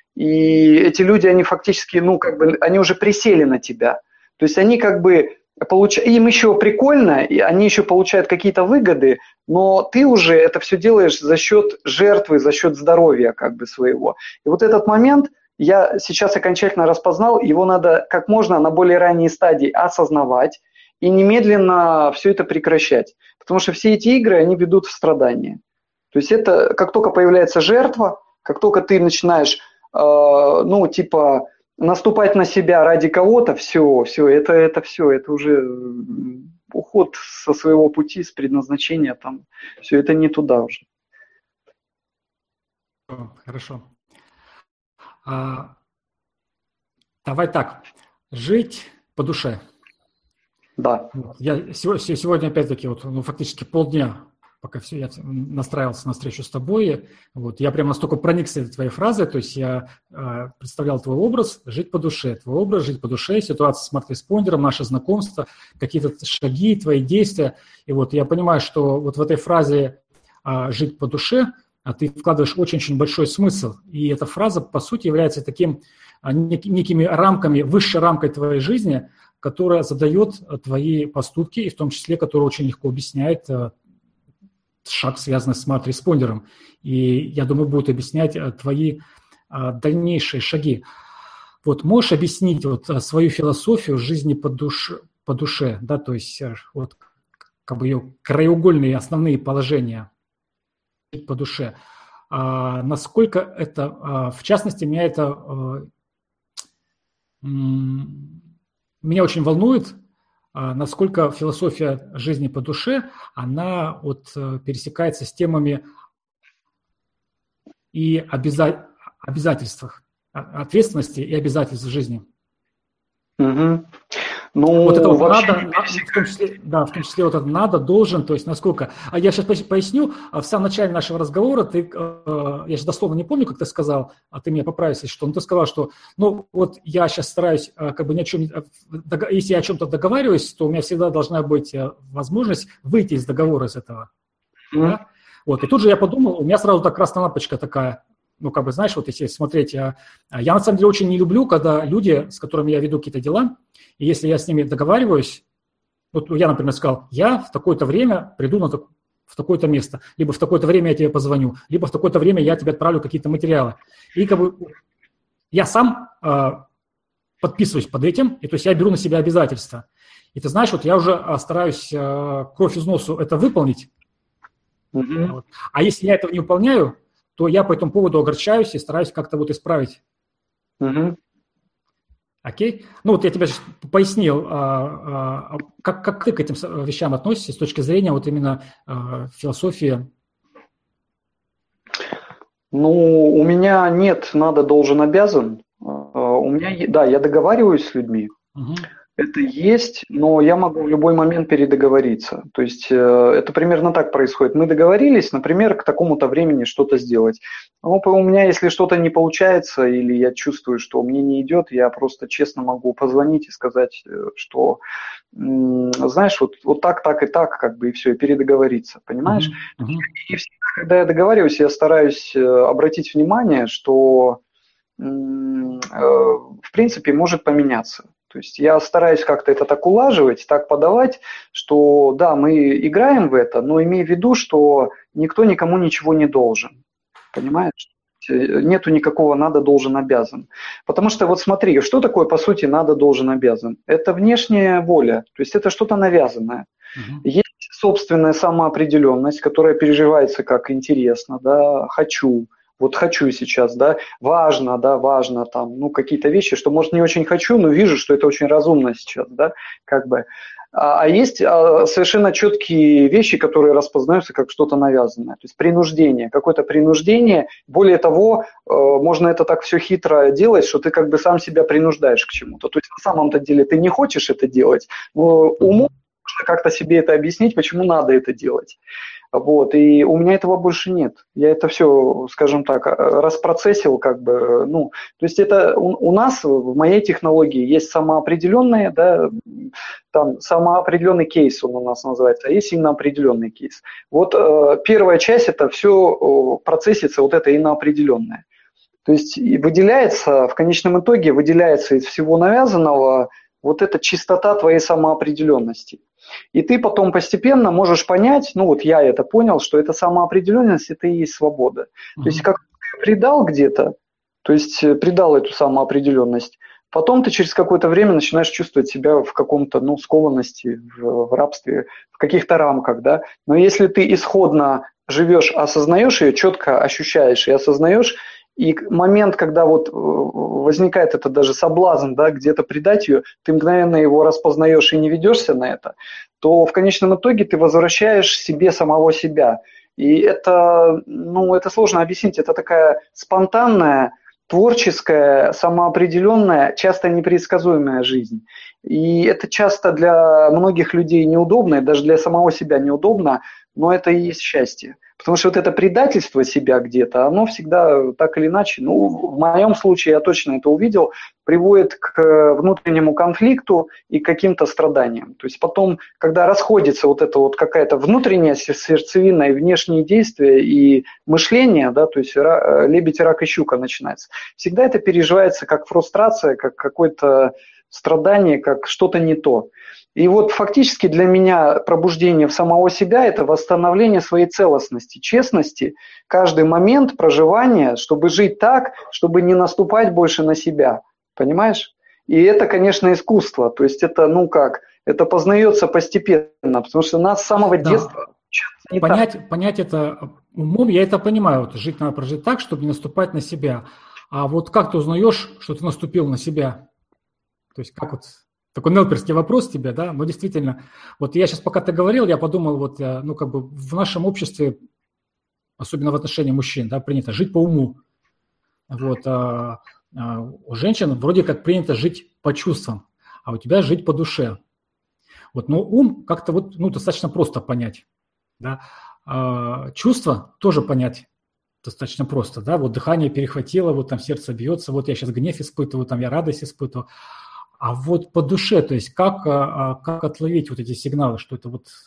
и эти люди, они фактически, ну, как бы, они уже присели на тебя. То есть они как бы, получ... им еще прикольно, и они еще получают какие-то выгоды, но ты уже это все делаешь за счет жертвы, за счет здоровья как бы своего. И вот этот момент... Я сейчас окончательно распознал, его надо как можно на более ранней стадии осознавать и немедленно все это прекращать. Потому что все эти игры, они ведут в страдания. То есть это, как только появляется жертва, как только ты начинаешь, э, ну, типа, наступать на себя ради кого-то, все, все, это, это все, это уже уход со своего пути, с предназначения, там, все это не туда уже. Хорошо. А, давай так, жить по душе. Да. Я сегодня, опять-таки, вот, ну, фактически полдня, пока все, я настраивался на встречу с тобой, вот, я прям настолько проникся этой твоей фразой, то есть я э, представлял твой образ «жить по душе», твой образ «жить по душе», ситуация с смарт-респондером, наше знакомство, какие-то шаги, твои действия, и вот я понимаю, что вот в этой фразе э, «жить по душе» а ты вкладываешь очень-очень большой смысл, и эта фраза, по сути, является таким э, некими рамками, высшей рамкой твоей жизни, которая задает твои поступки, и в том числе, которая очень легко объясняет э, шаг, связанный с смарт-респондером. И, я думаю, будет объяснять э, твои э, дальнейшие шаги. Вот можешь объяснить вот э, свою философию жизни по душе, по душе, да, то есть э, вот как бы ее краеугольные основные положения по душе. А, насколько это, а, в частности, меня это а, м, меня очень волнует, а, насколько философия жизни по душе, она вот а, пересекается с темами и обяза- обязательствах, а- ответственности и обязательств в жизни. Угу. Вот это Ну, вот вообще надо, не на- в том пересекается. числе, да, в том числе вот это надо, должен, то есть насколько. А я сейчас поясню, а в самом начале нашего разговора ты, э, я же дословно не помню, как ты сказал, а ты меня поправь, если что, но ты сказал, что, ну, вот я сейчас стараюсь, э, как бы ни о чем, не- э, дог- если я о чем-то договариваюсь, то у меня всегда должна быть э, возможность выйти из договора из этого, Мгм. да? Вот, и тут же я подумал, у меня сразу так красная лампочка такая, ну, как бы, знаешь, вот если смотреть, я, я на самом деле очень не люблю, когда люди, с которыми я веду какие-то дела, и если я с ними договариваюсь, вот я, например, сказал, я в такое-то время приду на так, в такое-то место, либо в такое-то время я тебе позвоню, либо в такое-то время я тебе отправлю какие-то материалы. И как бы я сам э, подписываюсь под этим, и то есть я беру на себя обязательства. И ты знаешь, вот я уже э, стараюсь э, кровь из носу это выполнить, Мгм. вот. А если я этого не выполняю, то я по этому поводу огорчаюсь и стараюсь как-то вот исправить. Мгм. Окей? Ну вот я тебе сейчас пояснил, а, а, как, как ты к этим с- вещам относишься с точки зрения вот именно а, философии. Ну, у меня нет надо, должен, обязан. А, У меня, е- да, я договариваюсь с людьми, Мгм. это есть, но я могу в любой момент передоговориться. То есть э, это примерно так происходит. Мы договорились, например, к такому-то времени что-то сделать. Но у меня, если что-то не получается или я чувствую, что мне не идет, я просто честно могу позвонить и сказать, э, что, м, знаешь, вот, вот так, так и так, как бы, и все, и передоговориться, понимаешь? Мгм. Мгм. И всегда, когда я договариваюсь, я стараюсь э, обратить внимание, что м, э, в принципе может поменяться. То есть я стараюсь как-то это так улаживать, так подавать, что да, мы играем в это, но имея в виду, что никто никому ничего не должен. Понимаешь? Э, Нету никакого надо, должен, обязан. Потому что вот смотри, что такое по сути надо, должен, обязан? Это внешняя воля, то есть это что-то навязанное. Мгм. Есть собственная самоопределенность, которая переживается как интересно, да, хочу, вот хочу сейчас, да, важно, да, важно там, ну, какие-то вещи, что, может, не очень хочу, но вижу, что это очень разумно сейчас, да, как бы. А, а есть а, совершенно четкие вещи, которые распознаются как что-то навязанное, то есть принуждение, какое-то принуждение. Более того, э, можно это так все хитро делать, что ты как бы сам себя принуждаешь к чему-то. То есть на самом-то деле ты не хочешь это делать, но умом Мгм. нужно как-то себе это объяснить, почему надо это делать. Вот, и у меня этого больше нет. Я это все, скажем так, распроцессил, как бы, ну, то есть это у, у нас в моей технологии есть самоопределенные, да, там самоопределенный кейс он у нас называется, а есть иноопределенный кейс. Вот э, первая часть это все процессится вот это иноопределенное. То есть и выделяется, в конечном итоге выделяется из всего навязанного вот эта чистота твоей самоопределенности. И ты потом постепенно можешь понять, ну вот я это понял, что эта самоопределенность – это и есть свобода. То есть Мгм. как ты предал где-то, то есть э, предал эту самоопределенность, потом ты через какое-то время начинаешь чувствовать себя в каком-то, ну, скованности, в, в рабстве, в каких-то рамках, да. Но если ты исходно живешь, осознаешь ее, четко ощущаешь и осознаешь, и момент, когда вот э, возникает это даже соблазн, да, где-то предать ее, ты мгновенно его распознаешь и не ведешься на это, то в конечном итоге ты возвращаешь себе самого себя. И это, ну, это сложно объяснить, это такая спонтанная, творческая, самоопределенная, часто непредсказуемая жизнь. И это часто для многих людей неудобно, и даже для самого себя неудобно, но это и есть счастье. Потому что вот это предательство себя где-то, оно всегда так или иначе, ну, в моем случае я точно это увидел, приводит к внутреннему конфликту и к каким-то страданиям. То есть потом, когда расходится вот эта вот какая-то внутренняя сердцевина и внешние действия, и мышление, да, то есть лебедь, рак и щука начинается, всегда это переживается как фрустрация, как какое-то страдание, как что-то не то. И вот фактически для меня пробуждение в самого себя – это восстановление своей целостности, честности, каждый момент проживания, чтобы жить так, чтобы не наступать больше на себя, понимаешь? И это, конечно, искусство, то есть это, ну как, это познается постепенно, потому что нас с самого Да. детства не понять, так. Понять это умом, я это понимаю, вот жить надо прожить так, чтобы не наступать на себя. А вот как ты узнаешь, что ты наступил на себя? То есть как вот… Такой нелперский вопрос тебе, да, но действительно, вот я сейчас, пока ты говорил, я подумал, вот, ну, как бы в нашем обществе, особенно в отношении мужчин, да, принято жить по уму. Вот, а, а у женщин вроде как принято жить по чувствам, а у тебя жить по душе. Вот, но ум как-то вот, ну, достаточно просто понять, да. А чувства тоже понять достаточно просто, да, вот дыхание перехватило, вот там сердце бьется, вот я сейчас гнев испытываю, там я радость испытываю. А вот по душе, то есть как, как отловить вот эти сигналы, что это вот…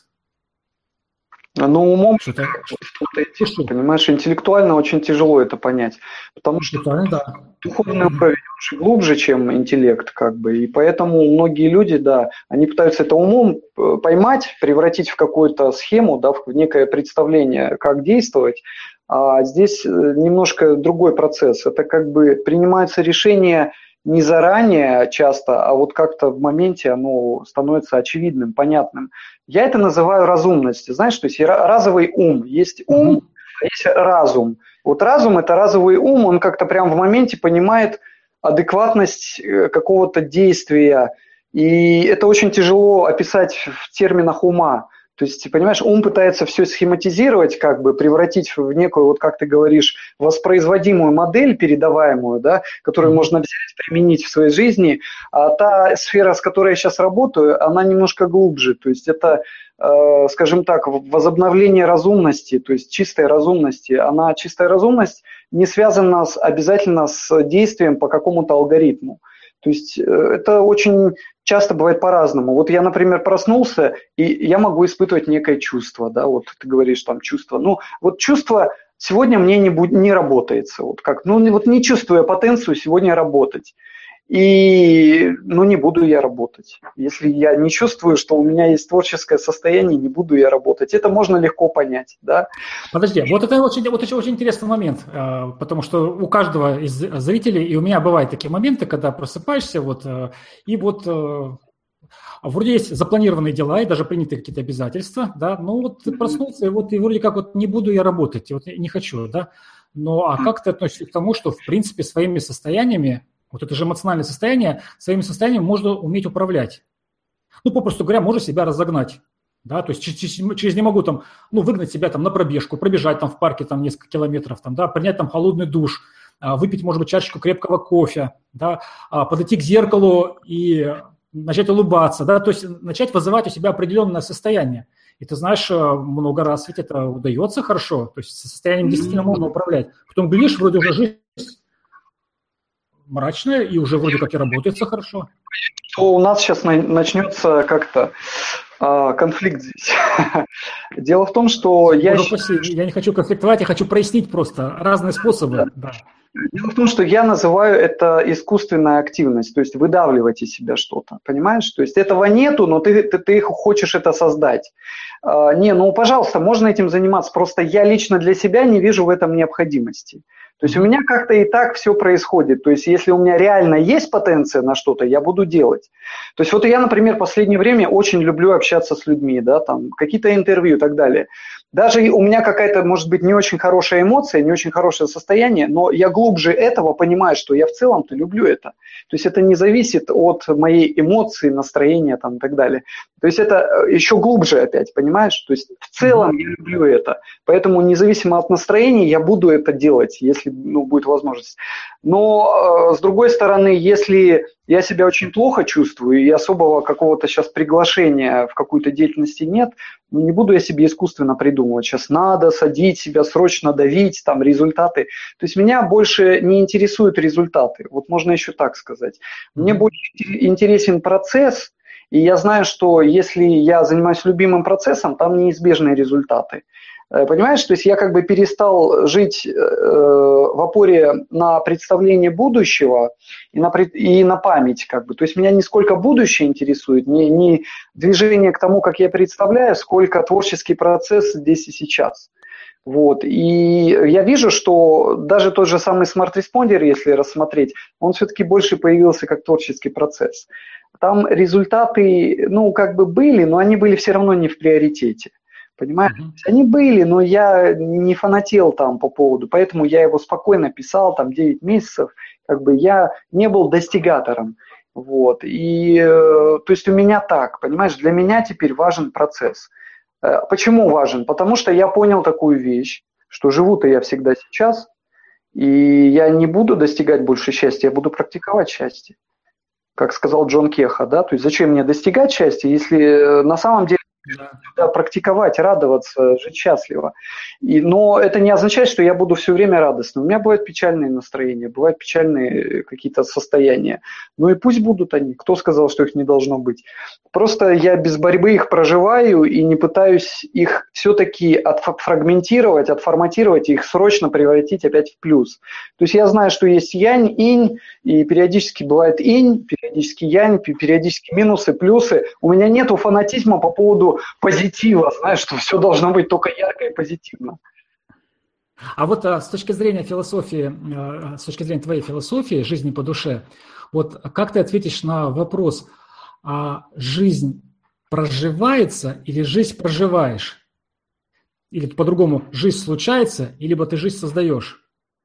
Ну, умом, что-то, что-то, понимаешь, интеллектуально очень тяжело это понять, потому что да. духовный уровень очень глубже, чем интеллект, как бы, и поэтому многие люди, да, они пытаются это умом поймать, превратить в какую-то схему, да, в некое представление, как действовать, а здесь немножко другой процесс, это как бы принимается решение не заранее часто, а вот как-то в моменте оно становится очевидным, понятным. Я это называю разумностью. Знаешь, то есть разовый ум. Есть ум, mm-hmm. а есть разум. Вот разум – это разовый ум, он как-то прям в моменте понимает адекватность какого-то действия. И это очень тяжело описать в терминах ума. То есть, понимаешь, ум пытается все схематизировать, как бы превратить в некую, вот как ты говоришь, воспроизводимую модель, передаваемую, да, которую можно взять, применить в своей жизни. А та сфера, с которой я сейчас работаю, она немножко глубже. То есть это, э, скажем так, возобновление разумности, то есть чистой разумности. Она, чистая разумность, не связана с, обязательно с действием по какому-то алгоритму. То есть это очень часто бывает по-разному. Вот я, например, проснулся, и я могу испытывать некое чувство, да, вот ты говоришь там чувство. Ну, вот чувство сегодня мне не, будь, не работается, вот как, ну, вот не чувствую потенцию сегодня работать. И, ну, не буду я работать. Если я не чувствую, что у меня есть творческое состояние, не буду я работать. Это можно легко понять, да. Подожди, вот это очень, вот это очень интересный момент, потому что у каждого из зрителей, и у меня бывают такие моменты, когда просыпаешься, вот, и вот вроде есть запланированные дела, и даже приняты какие-то обязательства, да, но вот ты проснулся, и вот и вроде как вот не буду я работать, вот не хочу, да. Ну, а как ты относишься к тому, что, в принципе, своими состояниями, вот это же эмоциональное состояние, своими состояниями можно уметь управлять. Ну, попросту говоря, можно себя разогнать. Да, то есть через, через не могу там, ну, выгнать себя там на пробежку, пробежать там в парке там несколько километров, там, да, принять там холодный душ, выпить, может быть, чашечку крепкого кофе, да, подойти к зеркалу и начать улыбаться, да, то есть начать вызывать у себя определенное состояние. И ты знаешь, много раз ведь это удается хорошо, то есть состоянием действительно можно управлять. Потом глядишь, вроде уже жизнь мрачная, и уже вроде как и работает все хорошо. То у нас сейчас начнется как-то а, конфликт здесь. Дело в том, что я... Я не хочу конфликтовать, я хочу прояснить просто разные способы. Да. Дело в том, что я называю это искусственная активность, то есть выдавливать из себя что-то, понимаешь? То есть этого нету, но ты, ты, ты хочешь это создать. А, не, ну, пожалуйста, можно этим заниматься, просто я лично для себя не вижу в этом необходимости. То есть у меня как-то и так все происходит. То есть если у меня реально есть потенция на что-то, я буду делать. То есть вот я, например, в последнее время очень люблю общаться с людьми, да, там какие-то интервью и так далее. даже у меня какая-то, может быть, не очень хорошая эмоция, не очень хорошее состояние, но я глубже этого понимаю, что я в целом-то люблю это. То есть это не зависит от моей эмоции, настроения там, и так далее. То есть это еще глубже опять, понимаешь? То есть в целом я люблю это. Поэтому независимо от настроения я буду это делать, если ну, будет возможность. Но с другой стороны, если я себя очень плохо чувствую и особого какого-то сейчас приглашения в какую-то деятельность нет, ну, не буду я себе искусственно придумывать. Сейчас надо садить себя, срочно давить, там результаты. То есть меня больше не интересуют результаты. Вот можно еще так сказать. Мне больше интересен процесс, и я знаю, что если я занимаюсь любимым процессом, там неизбежные результаты. Понимаешь, то есть я как бы перестал жить э, в опоре на представление будущего и на, и на память. Как бы. То есть меня не сколько будущее интересует, не, не движение к тому, как я представляю, сколько творческий процесс здесь и сейчас. Вот. И я вижу, что даже тот же самый Smart Responder, если рассмотреть, он все-таки больше появился как творческий процесс. Там результаты, ну, как бы были, но они были все равно не в приоритете. Понимаешь? Mm-hmm. Они были, но я не фанател там по поводу, поэтому я его спокойно писал, там девять месяцев, как бы я не был достигатором. Вот. И, то есть у меня так, понимаешь, для меня теперь важен процесс. Почему важен? Потому что я понял такую вещь, что живу-то я всегда сейчас, и я не буду достигать больше счастья, я буду практиковать счастье. Как сказал Джон Кеха, да, то есть зачем мне достигать счастья, если на самом деле да, практиковать, радоваться, жить счастливо. И, но это не означает, что я буду все время радостным. У меня бывают печальные настроения, бывают печальные какие-то состояния. Ну и пусть будут они. Кто сказал, что их не должно быть? Просто я без борьбы их проживаю и не пытаюсь их все-таки отфрагментировать, отформатировать и их срочно превратить опять в плюс. То есть я знаю, что есть янь, инь, и периодически бывает инь, периодически янь, периодически минусы, плюсы. У меня нету фанатизма по поводу позитива, знаешь, что все должно быть только ярко и позитивно. А вот а, с точки зрения философии, а, с точки зрения твоей философии, жизни по душе, вот как ты ответишь на вопрос, а жизнь проживается или жизнь проживаешь? Или по-другому, жизнь случается, либо ты жизнь создаешь?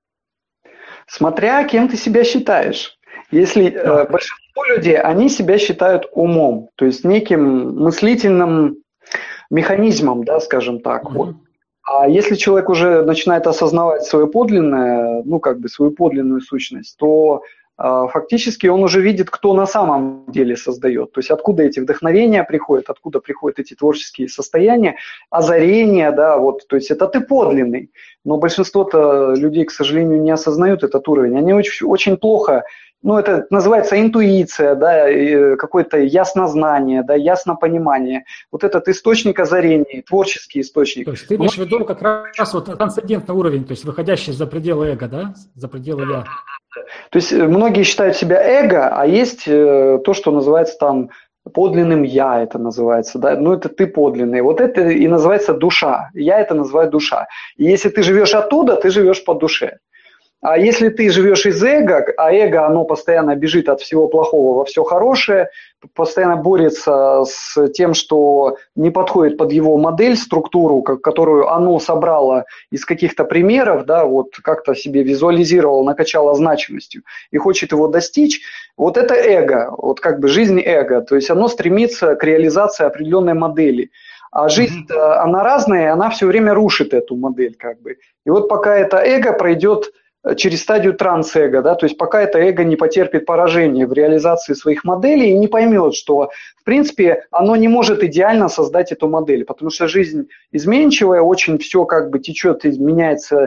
Смотря кем ты себя считаешь. Если да. э, большинство людей, они себя считают умом, то есть неким мыслительным механизмом, да, скажем так. Угу. Вот. А если человек уже начинает осознавать свое подлинное, ну, как бы свою подлинную сущность, то э, фактически он уже видит, кто на самом деле создает. То есть откуда эти вдохновения приходят, откуда приходят эти творческие состояния, озарения, да, вот, то есть это ты подлинный. Но большинство-то людей, к сожалению, не осознают этот уровень. Они очень, очень плохо. Ну, это называется интуиция, да, какое-то яснознание, да, яснопонимание. Вот этот источник озарения, творческий источник. То есть ты имеешь в виду как раз вот трансцендентный уровень, то есть выходящий за пределы эго, да, за пределы я. То есть многие считают себя эго, а есть то, что называется там подлинным я, это называется, да, ну это ты подлинный. Вот это и называется душа. Я это называю душа. И если ты живешь оттуда, ты живешь по душе. А если ты живешь из эго, а эго, оно постоянно бежит от всего плохого во все хорошее, постоянно борется с тем, что не подходит под его модель, структуру, которую оно собрало из каких-то примеров, да, вот как-то себе визуализировало, накачало значимостью и хочет его достичь, вот это эго, вот как бы жизнь эго, то есть оно стремится к реализации определенной модели. А жизнь, она разная, и она все время рушит эту модель, как бы. И вот пока это эго пройдет через стадию транс-эго, да, то есть пока это эго не потерпит поражение в реализации своих моделей и не поймет, что, в принципе, оно не может идеально создать эту модель, потому что жизнь изменчивая, очень все как бы течет, меняется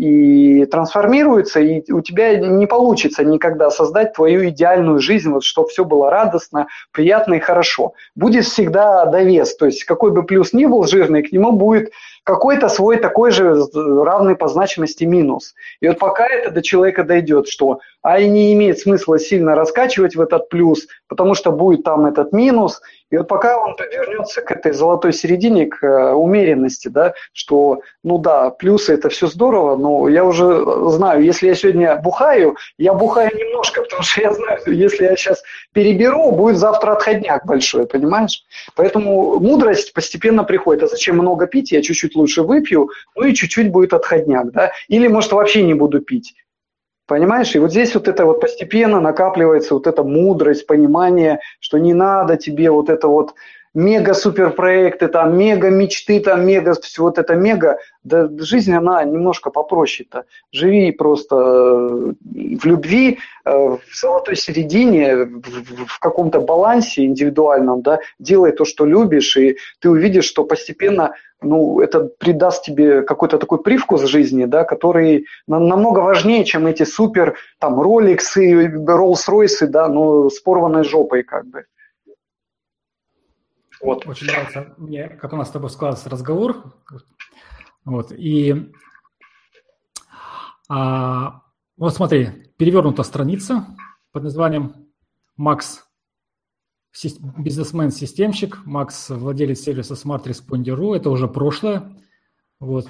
и трансформируется, и у тебя не получится никогда создать твою идеальную жизнь, вот, чтобы все было радостно, приятно и хорошо. Будет всегда довес, то есть какой бы плюс ни был жирный, к нему будет какой-то свой такой же равный по значимости минус. И вот пока это до человека дойдет, что а и не имеет смысла сильно раскачивать в этот плюс, потому что будет там этот минус, и вот пока он вернется к этой золотой середине, к умеренности, да, что, ну да, плюсы это все здорово, но я уже знаю, если я сегодня бухаю, я бухаю немножко, потому что я знаю, если я сейчас переберу, будет завтра отходняк большой, понимаешь? Поэтому мудрость постепенно приходит. А зачем много пить? Я чуть-чуть чуть-чуть лучше выпью, ну и чуть-чуть будет отходняк, да, или, может, вообще не буду пить. Понимаешь? И вот здесь вот это вот постепенно накапливается вот эта мудрость, понимание, что не надо тебе вот это вот мега-суперпроекты, там, мега-мечты, там, мега, все вот это мега. Да жизнь, она немножко попроще-то. Живи просто в любви, в золотой середине, в, в каком-то балансе индивидуальном, да, делай то, что любишь, и ты увидишь, что постепенно, ну, это придаст тебе какой-то такой привкус жизни, да, который намного важнее, чем эти супер, там, роликсы, Роллс-Ройсы, да, но с порванной жопой, как бы. Вот. Очень нравится мне, как у нас с тобой складывается разговор. Вот. И а, вот смотри, перевернута страница под названием Макс, бизнесмен-системщик, Макс, владелец сервиса Smart Responder точка ру. Это уже прошлое. Вот.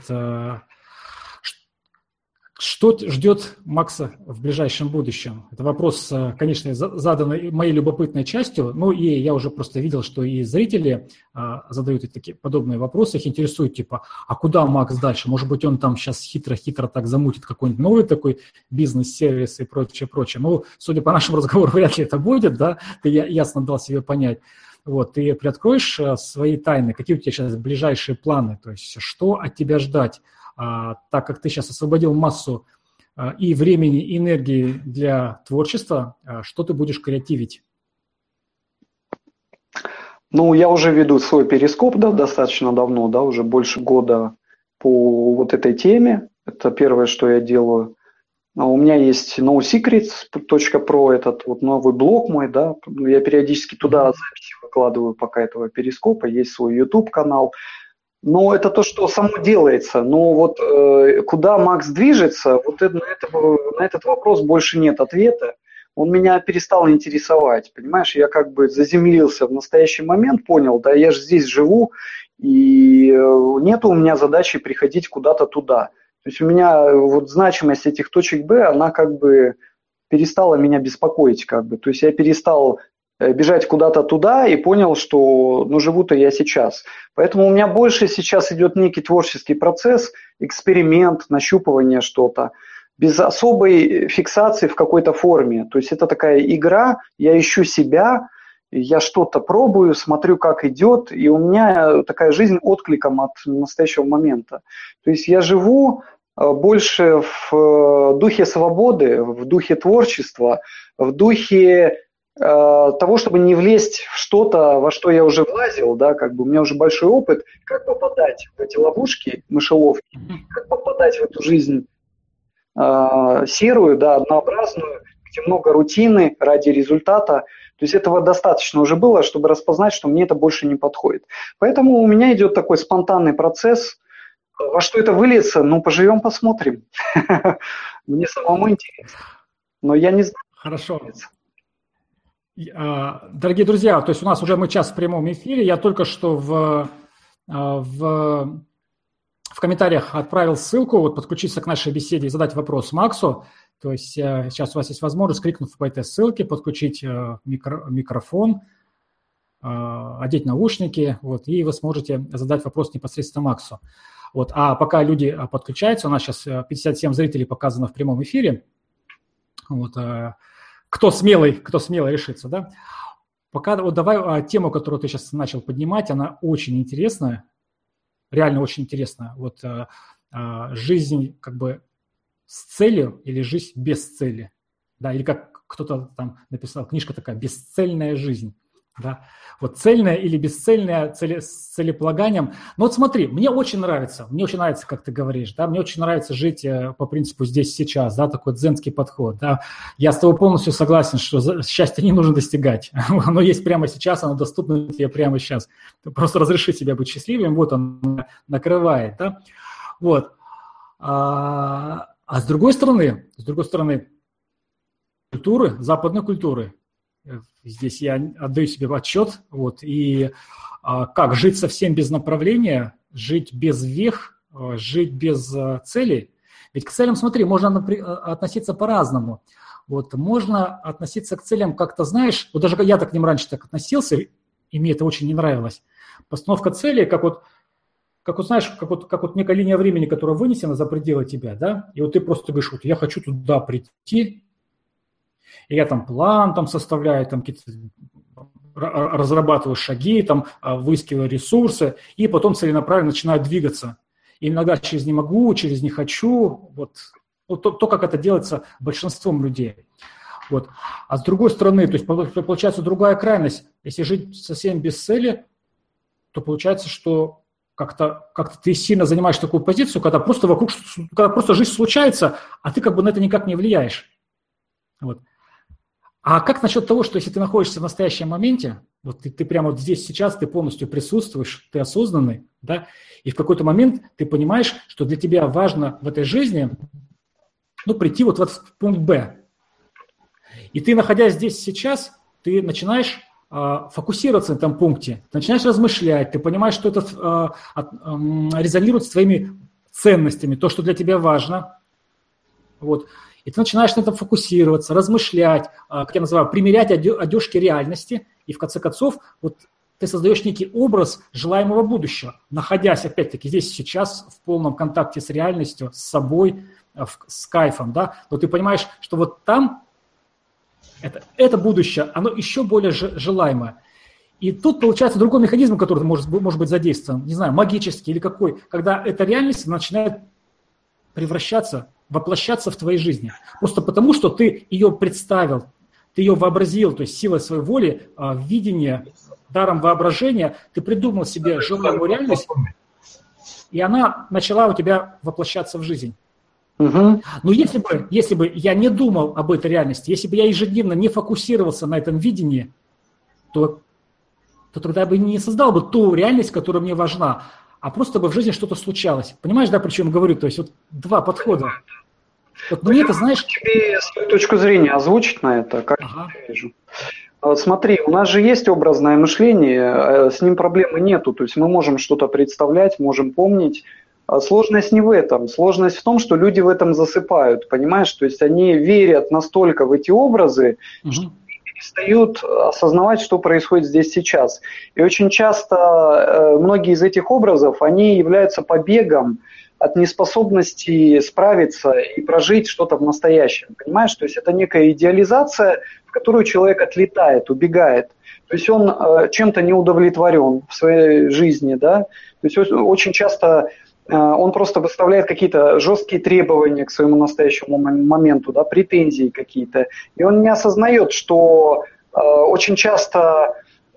Что ждет Макса в ближайшем будущем? Это вопрос, конечно, заданный моей любопытной частью, ну и я уже просто видел, что и зрители а, задают такие подобные вопросы, их интересует, типа, а куда Макс дальше? Может быть, он там сейчас хитро-хитро так замутит какой-нибудь новый такой бизнес-сервис и прочее, прочее. Ну, судя по нашему разговору, вряд ли это будет, да, ты ясно дал себе понять. Вот, ты приоткроешь свои тайны, какие у тебя сейчас ближайшие планы, то есть что от тебя ждать? А, так как ты сейчас освободил массу а, и времени, и энергии для творчества, а, что ты будешь креативить? Ну, я уже веду свой перископ, да, достаточно давно, да, уже больше года по вот этой теме. Это первое, что я делаю. У меня есть no secrets точка про, этот вот новый блог мой, да, я периодически туда записи выкладываю пока этого перископа, есть свой YouTube-канал. Но это то, что само делается. Но вот э, куда Макс движется, вот это, на, это, на этот вопрос больше нет ответа. Он меня перестал интересовать, понимаешь? Я как бы заземлился в настоящий момент, понял, да, я же здесь живу, и нет у меня задачи приходить куда-то туда. То есть у меня вот значимость этих точек Б, она как бы перестала меня беспокоить, как бы. То есть я перестал бежать куда-то туда и понял, что ну, живу-то я сейчас. Поэтому у меня больше сейчас идет некий творческий процесс, эксперимент, нащупывание что-то, без особой фиксации в какой-то форме. То есть это такая игра, я ищу себя, я что-то пробую, смотрю, как идет, и у меня такая жизнь откликом от настоящего момента. То есть я живу больше в духе свободы, в духе творчества, в духе того, чтобы не влезть в что-то, во что я уже влазил, да, как бы у меня уже большой опыт, как попадать в эти ловушки, мышеловки, как попадать в эту жизнь э, серую, да, однообразную, где много рутины ради результата. То есть этого достаточно уже было, чтобы распознать, что мне это больше не подходит. Поэтому у меня идет такой спонтанный процесс. Во что это выльется, ну, поживем, посмотрим. Мне самому интересно. Но я не знаю. Хорошо. Дорогие друзья, то есть у нас уже мы час в прямом эфире. Я только что в, в, в комментариях отправил ссылку, вот подключиться к нашей беседе и задать вопрос Максу. То есть сейчас у вас есть возможность, кликнув по этой ссылке, подключить микро, микрофон, одеть наушники, вот, и вы сможете задать вопрос непосредственно Максу. Вот, а пока люди подключаются, у нас сейчас пятьдесят семь зрителей показано в прямом эфире. Вот, Кто смелый, кто смело решится, да? Пока вот давай тему, которую ты сейчас начал поднимать, она очень интересная, реально очень интересная. Вот жизнь как бы с целью или жизнь без цели, да? Или как кто-то там написал, книжка такая «Бесцельная жизнь». Да? Вот цельная или бесцельная цели, с целеполаганием. Но вот смотри, мне очень нравится, мне очень нравится, как ты говоришь, да, мне очень нравится жить по принципу здесь сейчас, да, такой дзенский подход, да. Я с тобой полностью согласен, что счастье не нужно достигать, оно есть прямо сейчас, оно доступно тебе прямо сейчас. Ты просто разреши себе быть счастливым, вот он накрывает, да. Вот. А, а с другой стороны, с другой стороны, культуры, западной культуры, здесь я отдаю себе отчет, вот, и а, как жить совсем без направления, жить без вех, а, жить без а, целей. Ведь к целям, смотри, можно напри- относиться по-разному. Вот, можно относиться к целям как-то, знаешь, вот даже я так к ним раньше так относился, и мне это очень не нравилось. Постановка целей, как вот как вот знаешь, как вот, как вот некая линия времени, которая вынесена за пределы тебя, да, и вот ты просто говоришь, вот я хочу туда прийти, и я там план там составляю, там какие-то разрабатываю шаги, там выискиваю ресурсы, и потом целенаправленно начинаю двигаться. И иногда через не могу, через не хочу, вот, вот то, то, как это делается большинством людей. Вот. А с другой стороны, то есть получается другая крайность. Если жить совсем без цели, то получается, что как-то, как-то ты сильно занимаешь такую позицию, когда просто вокруг, когда просто жизнь случается, а ты как бы на это никак не влияешь. Вот. А как насчет того, что если ты находишься в настоящем моменте, вот ты, ты прямо вот здесь сейчас, ты полностью присутствуешь, ты осознанный, да, и в какой-то момент ты понимаешь, что для тебя важно в этой жизни, ну, прийти вот в этот пункт Б. И ты, находясь здесь сейчас, ты начинаешь э, фокусироваться на этом пункте, ты начинаешь размышлять, ты понимаешь, что это э, от, э, резонирует с твоими ценностями, то, что для тебя важно, вот. И ты начинаешь на этом фокусироваться, размышлять, как я называю, примерять одежки реальности, и в конце концов вот ты создаешь некий образ желаемого будущего, находясь опять-таки здесь сейчас в полном контакте с реальностью, с собой, с кайфом, да, но ты понимаешь, что вот там это, это будущее, оно еще более желаемое. И тут получается другой механизм, который может, может быть задействован, не знаю, магический или какой, когда эта реальность начинает превращаться, воплощаться в твоей жизни. Просто потому, что ты ее представил, ты ее вообразил, то есть силой своей воли, видения, даром воображения, ты придумал себе желаемую реальность, и она начала у тебя воплощаться в жизнь. Угу. Но если бы, если бы я не думал об этой реальности, если бы я ежедневно не фокусировался на этом видении, то, то тогда я бы не создал бы ту реальность, которая мне важна, а просто бы в жизни что-то случалось. Понимаешь, да, про чем я говорю? То есть вот два подхода. Вот мне это, знаешь... Тебе свою точку зрения озвучить на это, как ага. я вижу. Вот смотри, у нас же есть образное мышление, с ним проблемы нету, то есть мы можем что-то представлять, можем помнить. Сложность не в этом, сложность в том, что люди в этом засыпают, понимаешь? То есть они верят настолько в эти образы, угу. что перестают осознавать, что происходит здесь сейчас. И очень часто многие из этих образов, они являются побегом от неспособности справиться и прожить что-то в настоящем, понимаешь? То есть это некая идеализация, в которую человек отлетает, убегает. То есть он э, чем-то не удовлетворен в своей жизни, да? То есть очень часто э, он просто выставляет какие-то жесткие требования к своему настоящему моменту, да, претензии какие-то. И он не осознает, что э, очень часто...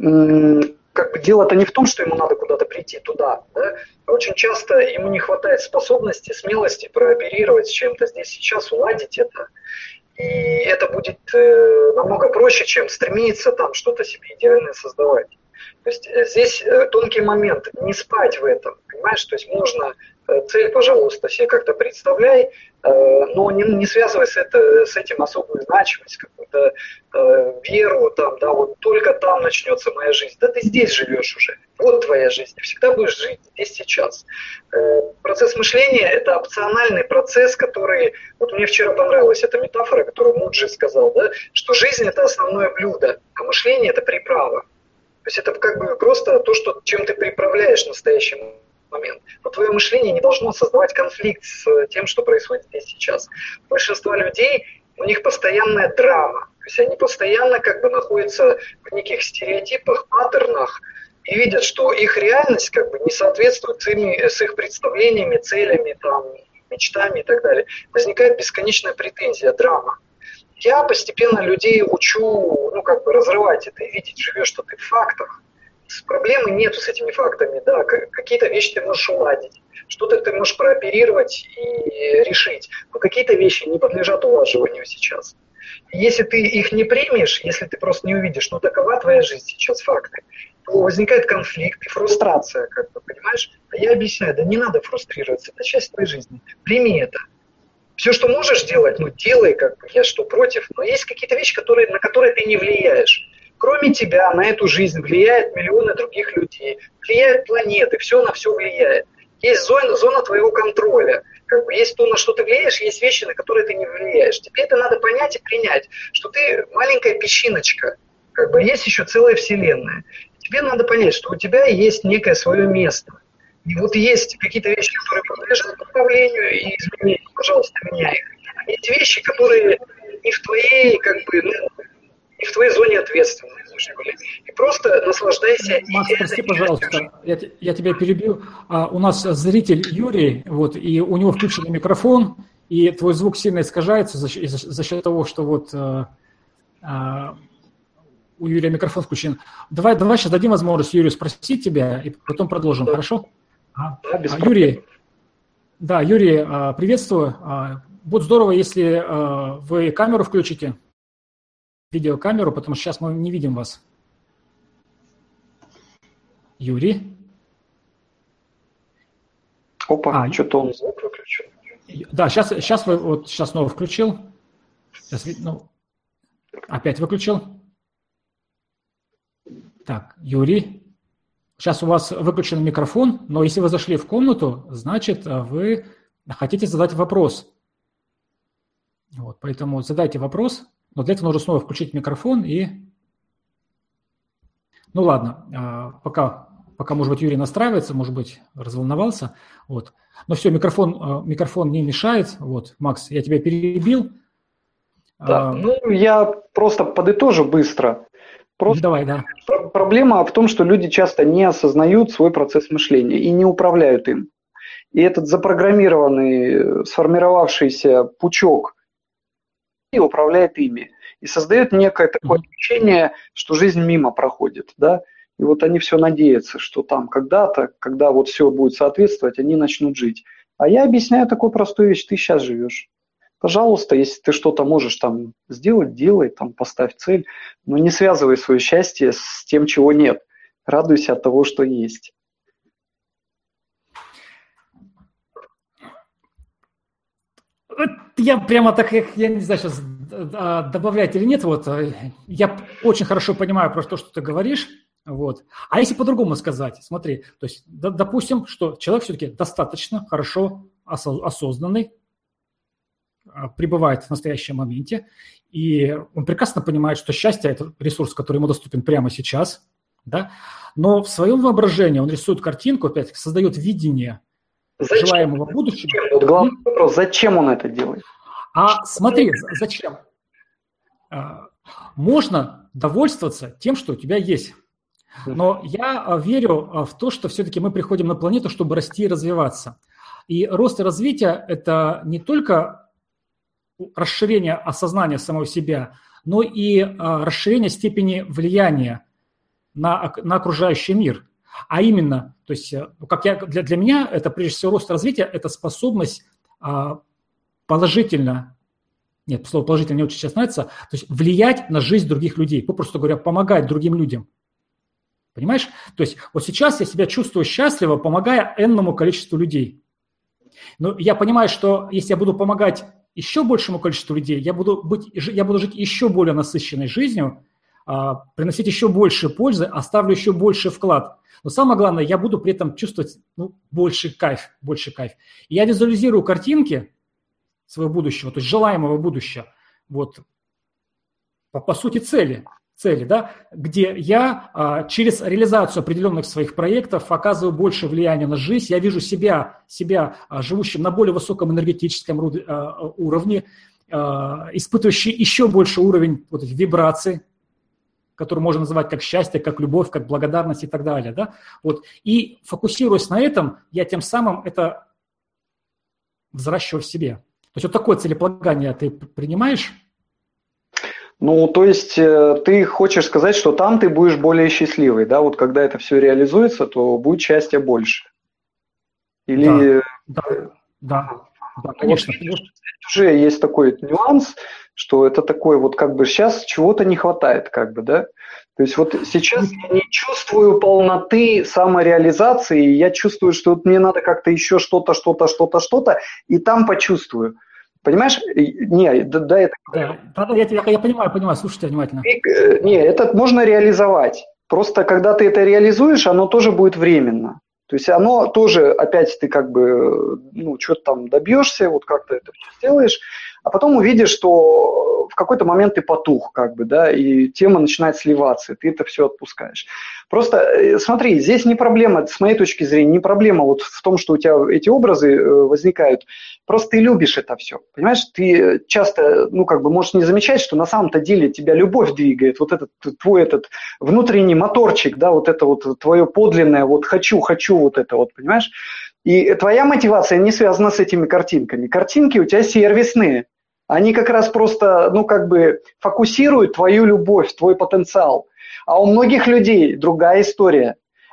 Э, как бы дело-то не в том, что ему надо куда-то прийти туда. Да? Очень часто ему не хватает способности, смелости прооперировать с чем-то здесь сейчас, уладить это. И это будет э, намного проще, чем стремиться там что-то себе идеальное создавать. То есть э, здесь э, тонкий момент, не спать в этом, понимаешь? То есть можно э, цель, пожалуйста, себе как-то представляй, э, но не, не связывай с, это, с этим особую значимость, какую-то э, веру, там, да, вот только там начнется моя жизнь. Да ты здесь живешь уже, вот твоя жизнь, ты всегда будешь жить здесь сейчас. Э, процесс мышления – это опциональный процесс, который, вот мне вчера понравилась эта метафора, которую Муджи сказал, да, что жизнь – это основное блюдо, а мышление – это приправа. То есть это как бы просто то, что, чем ты приправляешь в настоящий момент. Но твое мышление не должно создавать конфликт с тем, что происходит здесь сейчас. Большинство людей, у них постоянная драма. То есть они постоянно как бы находятся в неких стереотипах, паттернах и видят, что их реальность как бы не соответствует с, ими, с их представлениями, целями, там, мечтами и так далее. Возникает бесконечная претензия, драма. Я постепенно людей учу, ну, как бы разрывать это и видеть, живешь что ты в фактах. Проблемы нету с этими фактами, да, какие-то вещи ты можешь уладить, что-то ты можешь прооперировать и решить, но какие-то вещи не подлежат улаживанию сейчас. И если ты их не примешь, если ты просто не увидишь, ну, такова твоя жизнь сейчас, факты, то возникает конфликт и фрустрация, как бы, понимаешь? А я объясняю, да не надо фрустрироваться, это часть твоей жизни, прими это. Все, что можешь делать, ну делай, как бы, я что, против? Но есть какие-то вещи, которые, на которые ты не влияешь. Кроме тебя на эту жизнь влияют миллионы других людей, влияют планеты, все на все влияет. Есть зона, зона твоего контроля. Как бы, есть то, на что ты влияешь, есть вещи, на которые ты не влияешь. Тебе это надо понять и принять, что ты маленькая песчиночка, как бы, есть еще целая вселенная. Тебе надо понять, что у тебя есть некое свое место. И вот есть какие-то вещи, которые подлежат поправлению и изменению, пожалуйста, меняй их. Есть вещи, которые не в твоей, как бы, ну, не в твоей зоне ответственности. И просто наслаждайся. Макс, прости, пожалуйста, я, я тебя перебью. А, у нас зритель Юрий, вот, и у него включен микрофон, и твой звук сильно искажается за, за, за счет того, что вот а, а, у Юрия микрофон включен. Давай, давай сейчас дадим возможность Юрию спросить тебя, и потом продолжим, да. Хорошо? А, да, без Юрий, да, Юрий, приветствую. Будет здорово, если вы камеру включите, видеокамеру, потому что сейчас мы не видим вас. Юрий? Опа, а, что-то он звук выключил. Да, сейчас, сейчас, вы, вот, сейчас снова включил. Сейчас, ну, опять выключил. Так, Юрий. Сейчас у вас выключен микрофон, но если вы зашли в комнату, значит, вы хотите задать вопрос. Вот, поэтому задайте вопрос, но для этого нужно снова включить микрофон и... Ну ладно, пока, пока, может быть, Юрий настраивается, может быть, разволновался. Вот. Но все, микрофон, микрофон не мешает. Вот, Макс, я тебя перебил. Да, ну, я просто подытожу быстро. Просто Давай, да. Проблема в том, что люди часто не осознают свой процесс мышления и не управляют им. И этот запрограммированный, сформировавшийся пучок и управляет ими. И создает некое такое ощущение, что жизнь мимо проходит. Да? И вот они все надеются, что там когда-то, когда вот все будет соответствовать, они начнут жить. А я объясняю такую простую вещь: ты сейчас живешь. Пожалуйста, если ты что-то можешь там сделать, делай, там, поставь цель, но не связывай свое счастье с тем, чего нет. Радуйся от того, что есть. Я прямо так, я не знаю, сейчас добавлять или нет, вот, я очень хорошо понимаю про то, что ты говоришь, вот. А если по-другому сказать, смотри, то есть, допустим, что человек все-таки достаточно хорошо осознанный, пребывает в настоящем моменте, и он прекрасно понимает, что счастье – это ресурс, который ему доступен прямо сейчас, да? Но в своем воображении он рисует картинку, опять создает видение зачем? Желаемого будущего. Вот главный вопрос, зачем он это делает? А смотри, зачем? Можно довольствоваться тем, что у тебя есть. Но я верю в то, что все-таки мы приходим на планету, чтобы расти и развиваться. И рост и развитие – это не только расширение осознания самого себя, но и а, расширение степени влияния на, на окружающий мир. А именно, то есть, как я, для, для меня это прежде всего рост и развитие – это способность а, положительно, нет, слово положительно не очень сейчас нравится, то есть влиять на жизнь других людей, попросту говоря, помогать другим людям. Понимаешь? То есть вот сейчас я себя чувствую счастливо, помогая энному количеству людей. Но я понимаю, что если я буду помогать еще большему количеству людей, я буду, быть, я буду жить еще более насыщенной жизнью, приносить еще больше пользы, оставлю еще больше вклад. Но самое главное, я буду при этом чувствовать ну, больше кайф, больше кайф. И я визуализирую картинки своего будущего, то есть желаемого будущего, вот, по, по сути цели. цели, да, где я а, через реализацию определенных своих проектов оказываю больше влияния на жизнь, я вижу себя, себя а, живущим на более высоком энергетическом а, уровне, а, испытывающий еще больше уровень вот этих вибраций, который можно называть как счастье, как любовь, как благодарность и так далее. Да? Вот. И фокусируясь на этом, я тем самым это взращиваю в себе. То есть вот такое целеполагание ты принимаешь? Ну, то есть ты хочешь сказать, что там ты будешь более счастливый, да? Вот когда это все реализуется, то будет счастья больше. Или... Да, да, да, да конечно. Вот, уже есть такой нюанс, что это такое вот как бы сейчас чего-то не хватает, как бы, да? То есть вот сейчас я не чувствую полноты самореализации, я чувствую, что вот мне надо как-то еще что-то, что-то, что-то, что-то, и там почувствую. Понимаешь? Не, да, да это... Да, да, я, я, я понимаю, понимаю, слушайте внимательно. Не, это можно реализовать. Просто когда ты это реализуешь, оно тоже будет временно. То есть оно тоже, опять ты как бы, ну, что-то там добьешься, вот как-то это все сделаешь, а потом увидишь, что в какой-то момент ты потух, как бы, да, и тема начинает сливаться, и ты это все отпускаешь. Просто смотри, здесь не проблема, с моей точки зрения, не проблема вот в том, что у тебя эти образы возникают. Просто ты любишь это все, понимаешь? Ты часто, ну, как бы можешь не замечать, что на самом-то деле тебя любовь двигает, вот этот твой этот внутренний моторчик, да, вот это вот твое подлинное, вот хочу, хочу, вот это вот, понимаешь? И твоя мотивация не связана с этими картинками. Картинки у тебя сервисные. Они как раз просто, ну, как бы фокусируют твою любовь, твой потенциал. А у многих людей другая история.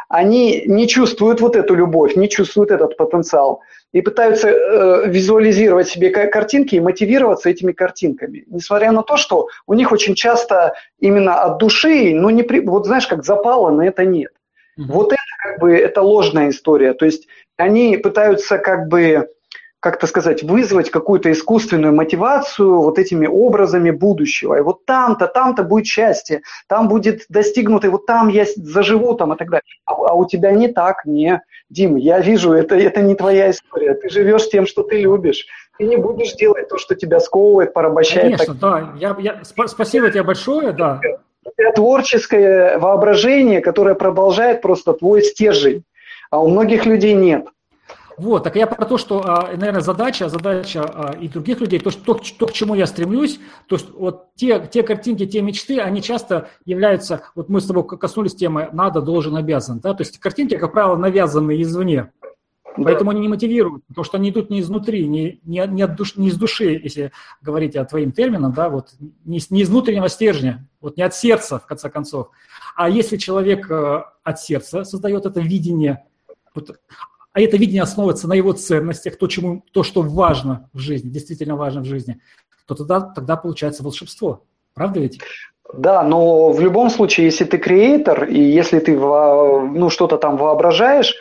Они не чувствуют вот эту любовь, не чувствуют этот потенциал. И пытаются э, визуализировать себе картинки и мотивироваться этими картинками. Несмотря на то, что у них очень часто именно от души, ну, не при, вот знаешь, как запала, на это нет. Mm-hmm. Вот это как бы, это ложная история. То есть они пытаются как бы, как-то сказать, вызвать какую-то искусственную мотивацию вот этими образами будущего. И вот там-то, там-то будет счастье, там будет достигнуто, и вот там я заживу там и так далее. А, а у тебя не так, не. Дим, я вижу, это, это не твоя история. Ты живешь тем, что ты любишь. Ты не будешь делать то, что тебя сковывает, порабощает. Конечно, так... да. Я, я, сп- спасибо тебе большое, да. Это творческое воображение, которое продолжает просто твой стержень. А у многих людей нет. Вот, так я про то, что, наверное, задача, задача и других людей, то, что, то, к чему я стремлюсь, то есть вот те, те картинки, те мечты, они часто являются, вот мы с тобой коснулись темы «надо», «должен», «обязан», да, то есть картинки, как правило, навязаны извне, да. Поэтому они не мотивируют, потому что они идут не изнутри, не, не, не, от душ, не из души, если говорить о твоим терминах, да, вот, не, не из внутреннего стержня, вот не от сердца, в конце концов. А если человек от сердца создает это видение, вот, а это видение основывается на его ценностях, то, чему, то, что важно в жизни, действительно важно в жизни, то тогда, тогда получается волшебство. Правда ведь? Да, но в любом случае, если ты креатор, и если ты ну, что-то там воображаешь,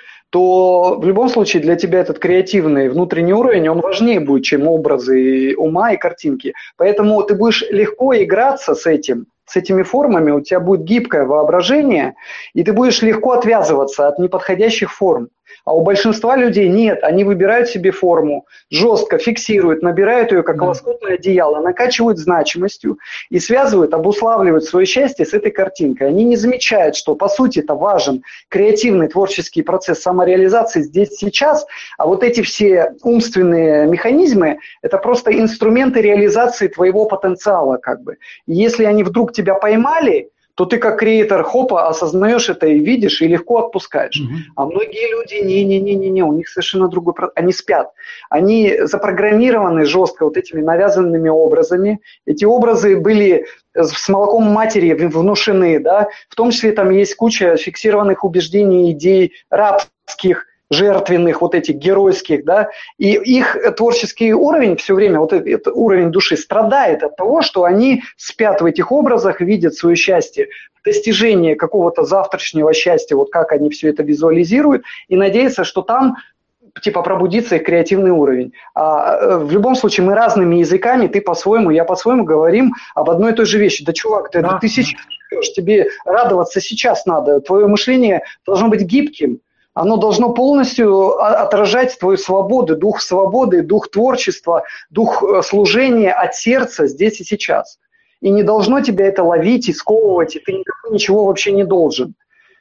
то в любом случае для тебя этот креативный внутренний уровень, он важнее будет, чем образы ума и картинки. Поэтому ты будешь легко играться с этим, с этими формами, у тебя будет гибкое воображение, и ты будешь легко отвязываться от неподходящих форм. А у большинства людей нет, они выбирают себе форму, жестко фиксируют, набирают ее как да. лоскутное одеяло, накачивают значимостью и связывают, обуславливают свое счастье с этой картинкой. Они не замечают, что по сути это важен креативный творческий процесс самореализации здесь сейчас, а вот эти все умственные механизмы – это просто инструменты реализации твоего потенциала. Как бы. И если они вдруг тебя поймали, то ты как креатор хопа осознаешь это и видишь, и легко отпускаешь. Mm-hmm. А многие люди, не-не-не-не, у них совершенно другой процесс. Они спят. Они запрограммированы жестко вот этими навязанными образами. Эти образы были с молоком матери внушены, да. В том числе там есть куча фиксированных убеждений, идей рабских, жертвенных, вот этих геройских, да, и их творческий уровень все время, вот этот, этот уровень души страдает от того, что они спят в этих образах, видят свое счастье, достижение какого-то завтрашнего счастья, вот как они все это визуализируют, и надеются, что там типа пробудится их креативный уровень. А в любом случае мы разными языками, ты по-своему, я по-своему говорим об одной и той же вещи. Да, чувак, ты, да. ты сейчас живешь, тебе радоваться сейчас надо, твое мышление должно быть гибким. Оно должно полностью отражать твою свободу, дух свободы, дух творчества, дух служения от сердца здесь и сейчас. И не должно тебя это ловить и сковывать, и ты никому ничего вообще не должен.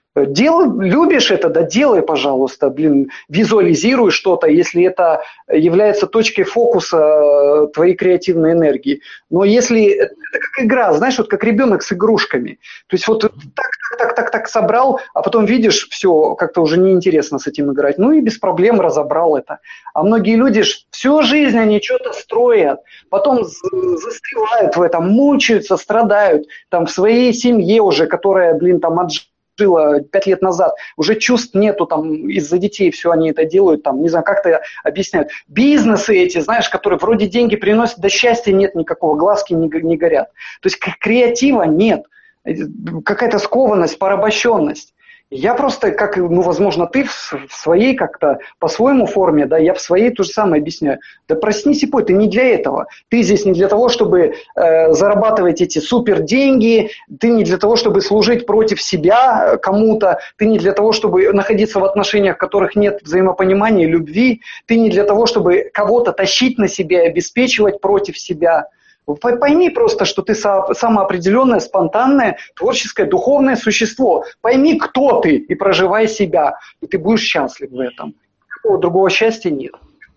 Делай, любишь это, да делай, пожалуйста, блин, визуализируй что-то, если это является точкой фокуса твоей креативной энергии. Но если это как игра, знаешь, вот как ребенок с игрушками. То есть вот так, так, так, так, так собрал, а потом видишь, все, как-то уже неинтересно с этим играть. Ну и без проблем разобрал это. А многие люди всю жизнь они что-то строят, потом застревают в этом, мучаются, страдают, там в своей семье уже, которая, блин, там отжила пять лет назад, уже чувств нету, там, из-за детей все они это делают, там, не знаю, как-то объясняют. Бизнесы эти, знаешь, которые вроде деньги приносят, да счастья нет никакого, глазки не, не горят. То есть креатива нет, какая-то скованность, порабощенность. Я просто, как, ну, возможно, ты в своей как-то, по-своему форме, да, я в своей то же самое объясняю. Да проснись и пой, ты не для этого. Ты здесь не для того, чтобы э, зарабатывать эти супер деньги, ты не для того, чтобы служить против себя кому-то, ты не для того, чтобы находиться в отношениях, в которых нет взаимопонимания, любви, ты не для того, чтобы кого-то тащить на себе и обеспечивать против себя. Пойми просто, что ты самоопределенное, спонтанное, творческое, духовное существо. Пойми, кто ты, и проживай себя. И ты будешь счастлив в этом. Никакого другого счастья нет.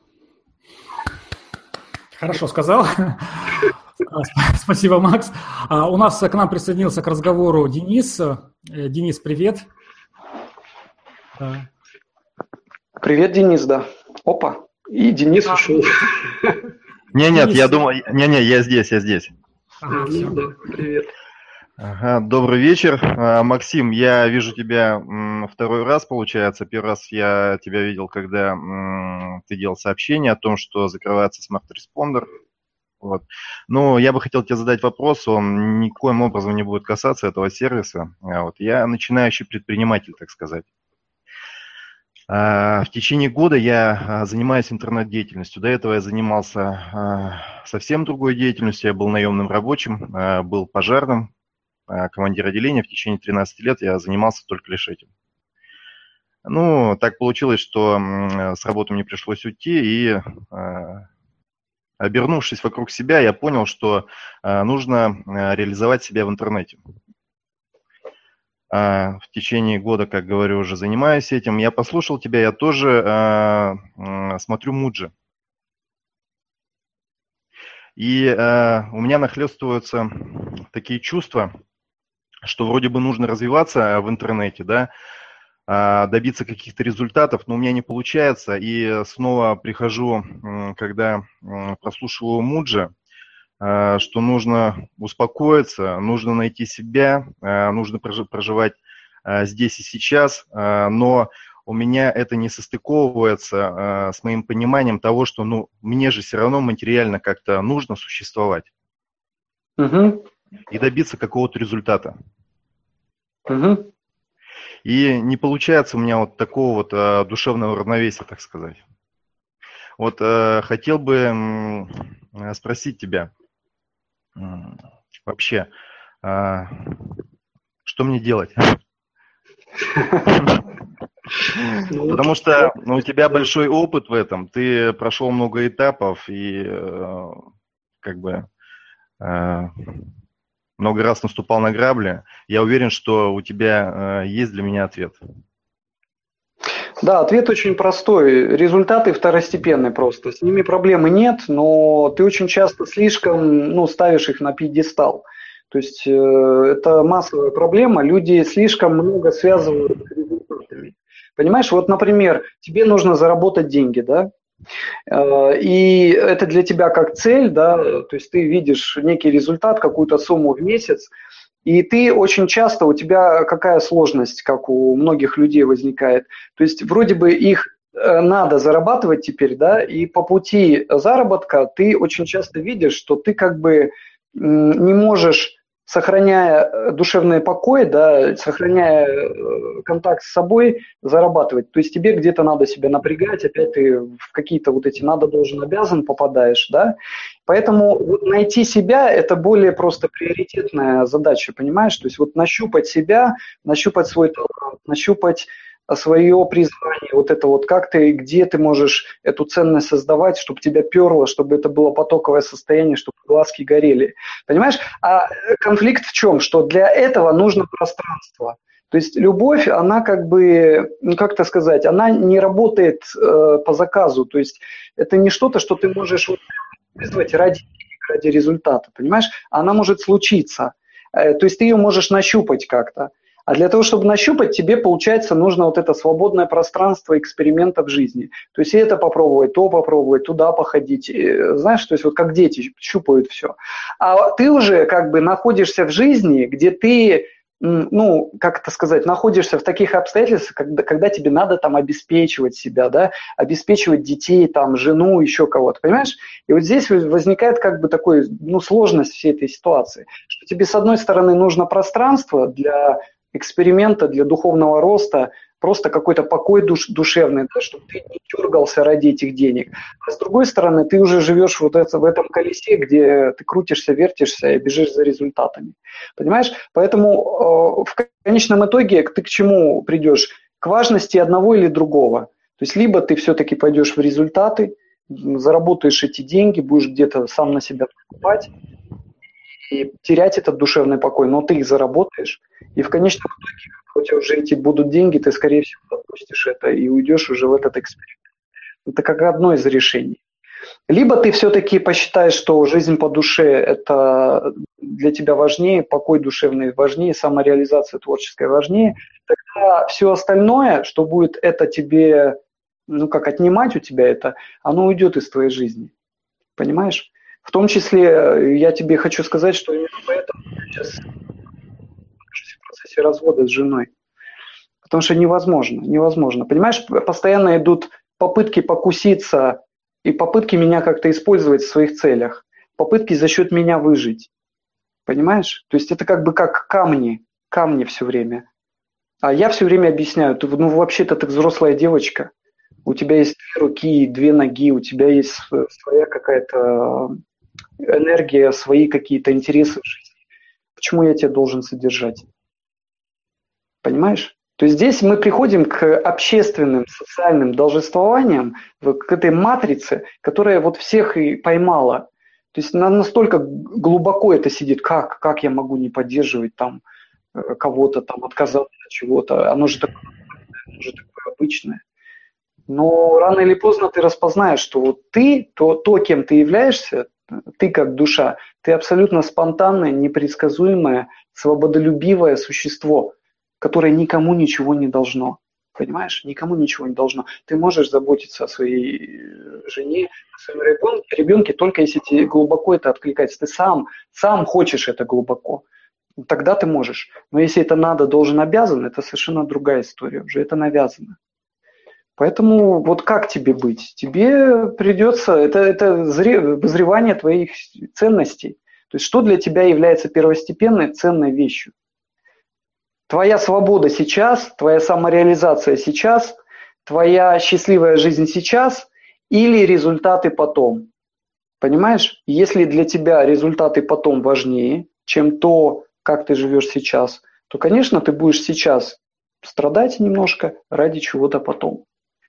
Хорошо сказал. Спасибо, Макс. У нас к нам присоединился к разговору Денис. Денис, привет. Привет, Денис, да. Опа. И Денис ушел. Не, нет, я думаю, не, не, я здесь, я здесь. Ага, все, да, привет. Ага, добрый вечер, Максим. Я вижу тебя второй раз, получается. Первый раз я тебя видел, когда ты делал сообщение о том, что закрывается Smart Responder. Вот. Но я бы хотел тебе задать вопрос, он никоим образом не будет касаться этого сервиса. Вот. Я начинающий предприниматель, так сказать. В течение года я занимаюсь интернет-деятельностью. До этого я занимался совсем другой деятельностью. Я был наемным рабочим, был пожарным, командир отделения. В течение тринадцати лет я занимался только лишь этим. Ну, так получилось, что с работы мне пришлось уйти, и, обернувшись вокруг себя, я понял, что нужно реализовать себя в интернете. В течение года, как говорю, уже занимаюсь этим. Я послушал тебя, я тоже э, э, смотрю Муджи. И э, у меня нахлестываются такие чувства, что вроде бы нужно развиваться в интернете, да, э, добиться каких-то результатов, но у меня не получается. И снова прихожу, э, когда э, прослушиваю Муджи, что нужно успокоиться, нужно найти себя, нужно проживать здесь и сейчас, но у меня это не состыковывается с моим пониманием того, что ну, мне же все равно материально как-то нужно существовать угу. и добиться какого-то результата. Угу. И не получается у меня вот такого вот душевного равновесия, так сказать. Вот хотел бы спросить тебя, вообще, а, что мне делать? Потому что ну, у тебя большой опыт в этом, ты прошел много этапов и как бы много раз наступал на грабли. Я уверен, что у тебя есть для меня ответ. Да, ответ очень простой. Результаты второстепенные просто. С ними проблемы нет, но ты очень часто слишком ну, ставишь их на пьедестал. То есть э, это массовая проблема. Люди слишком много связывают с результатами. Понимаешь, вот, например, тебе нужно заработать деньги, да? Э, и это для тебя как цель, да? То есть ты видишь некий результат, какую-то сумму в месяц. И ты очень часто, у тебя какая сложность, как у многих людей возникает, то есть вроде бы их надо зарабатывать теперь, да, и по пути заработка ты очень часто видишь, что ты как бы не можешь, сохраняя душевный покой, да, сохраняя контакт с собой, зарабатывать. То есть тебе где-то надо себя напрягать, опять ты в какие-то вот эти надо, должен, обязан попадаешь, да. Поэтому вот найти себя – это более просто приоритетная задача, понимаешь? То есть вот нащупать себя, нащупать свой талант, нащупать свое призвание, вот это вот как ты, где ты можешь эту ценность создавать, чтобы тебя перло, чтобы это было потоковое состояние, чтобы глазки горели. Понимаешь? А конфликт в чем? Что для этого нужно пространство. То есть любовь, она как бы, ну как это сказать, она не работает э, по заказу. То есть это не что-то, что ты можешь вот вызвать ради, ради результата, понимаешь? Она может случиться. Э, то есть ты ее можешь нащупать как-то. А для того, чтобы нащупать, тебе, получается, нужно вот это свободное пространство эксперимента в жизни. То есть и это попробовать, то попробовать, туда походить. Знаешь, то есть вот как дети щупают все. А ты уже как бы находишься в жизни, где ты, ну, как это сказать, находишься в таких обстоятельствах, когда, когда тебе надо там обеспечивать себя, да, обеспечивать детей, там, жену, еще кого-то, понимаешь? И вот здесь возникает как бы такой, ну, сложность всей этой ситуации, что тебе, с одной стороны, нужно пространство для эксперимента, для духовного роста, просто какой-то покой душ, душевный, да, чтобы ты не дергался ради этих денег. А с другой стороны, ты уже живешь вот это, в этом колесе, где ты крутишься, вертишься и бежишь за результатами. Понимаешь? Поэтому э, в конечном итоге ты к чему придешь? К важности одного или другого. То есть либо ты все-таки пойдешь в результаты, заработаешь эти деньги, будешь где-то сам на себя покупать и терять этот душевный покой, но ты их заработаешь. И в конечном итоге, когда у тебя уже эти будут деньги, ты, скорее всего, отпустишь это и уйдешь уже в этот эксперимент. Это как одно из решений. Либо ты все-таки посчитаешь, что жизнь по душе – это для тебя важнее, покой душевный важнее, самореализация творческая важнее, тогда все остальное, что будет это тебе, ну как отнимать у тебя это, оно уйдет из твоей жизни. Понимаешь? В том числе я тебе хочу сказать, что именно поэтому я сейчас нахожусь в процессе развода с женой. Потому что невозможно, невозможно. Понимаешь, постоянно идут попытки покуситься и попытки меня как-то использовать в своих целях. Попытки за счет меня выжить. Понимаешь? То есть это как бы как камни, камни все время. А я все время объясняю, ты, ну вообще-то ты взрослая девочка, у тебя есть две руки, две ноги, у тебя есть своя какая-то энергия, свои какие-то интересы в жизни. Почему я тебя должен содержать? Понимаешь? То есть здесь мы приходим к общественным, социальным должествованиям, к этой матрице, которая вот всех и поймала. То есть настолько глубоко это сидит, как, как я могу не поддерживать там кого-то, там отказаться от чего-то. Оно же такое, оно же такое обычное. Но рано или поздно ты распознаешь, что вот ты, то, то, кем ты являешься, ты как душа, ты абсолютно спонтанное, непредсказуемое, свободолюбивое существо, которое никому ничего не должно. Понимаешь? Никому ничего не должно. Ты можешь заботиться о своей жене, о своем ребенке, ребенке только если тебе глубоко это откликается. Ты сам, сам хочешь это глубоко. Тогда ты можешь. Но если это надо, должен, обязан, это совершенно другая история. Уже это навязано. Поэтому вот как тебе быть? Тебе придется, это, это обозревание твоих ценностей. То есть что для тебя является первостепенной ценной вещью? Твоя свобода сейчас, твоя самореализация сейчас, твоя счастливая жизнь сейчас или результаты потом. Понимаешь? Если для тебя результаты потом важнее, чем то, как ты живешь сейчас, то, конечно, ты будешь сейчас страдать немножко ради чего-то потом.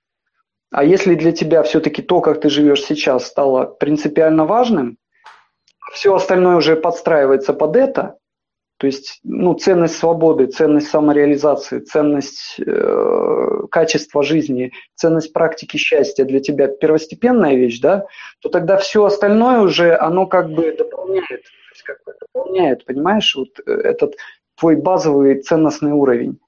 А если для тебя все-таки то, как ты живешь сейчас, стало принципиально важным, все остальное уже подстраивается под это, то есть ну, ценность свободы, ценность самореализации, ценность э, качества жизни, ценность практики счастья для тебя первостепенная вещь, да, то тогда все остальное уже, оно как бы дополняет, то есть как бы дополняет, понимаешь, вот этот твой базовый ценностный уровень.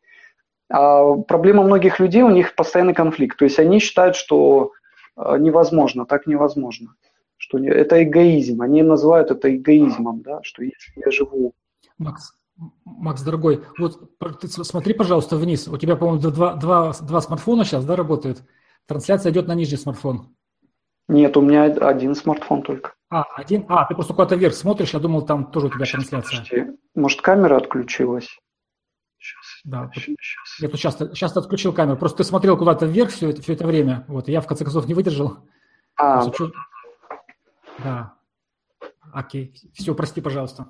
А проблема многих людей, у них постоянный конфликт. То есть они считают, что невозможно, так невозможно. Что это эгоизм. Они называют это эгоизмом, да, что если я живу... Макс, Макс, дорогой, вот ты смотри, пожалуйста, вниз. У тебя, по-моему, два, два, два смартфона сейчас, да, работают? Трансляция идет на нижний смартфон. Нет, у меня один смартфон только. А, один? А, ты просто куда-то вверх смотришь, я думал, там тоже у тебя сейчас, трансляция. Подожди. Может, камера отключилась? Сейчас. Да, сейчас. Я тут сейчас, сейчас ты отключил камеру. Просто ты смотрел куда-то вверх все это, все это время. Вот, и я в конце концов не выдержал. А, да. Чуть... да. Окей. Все, прости, пожалуйста.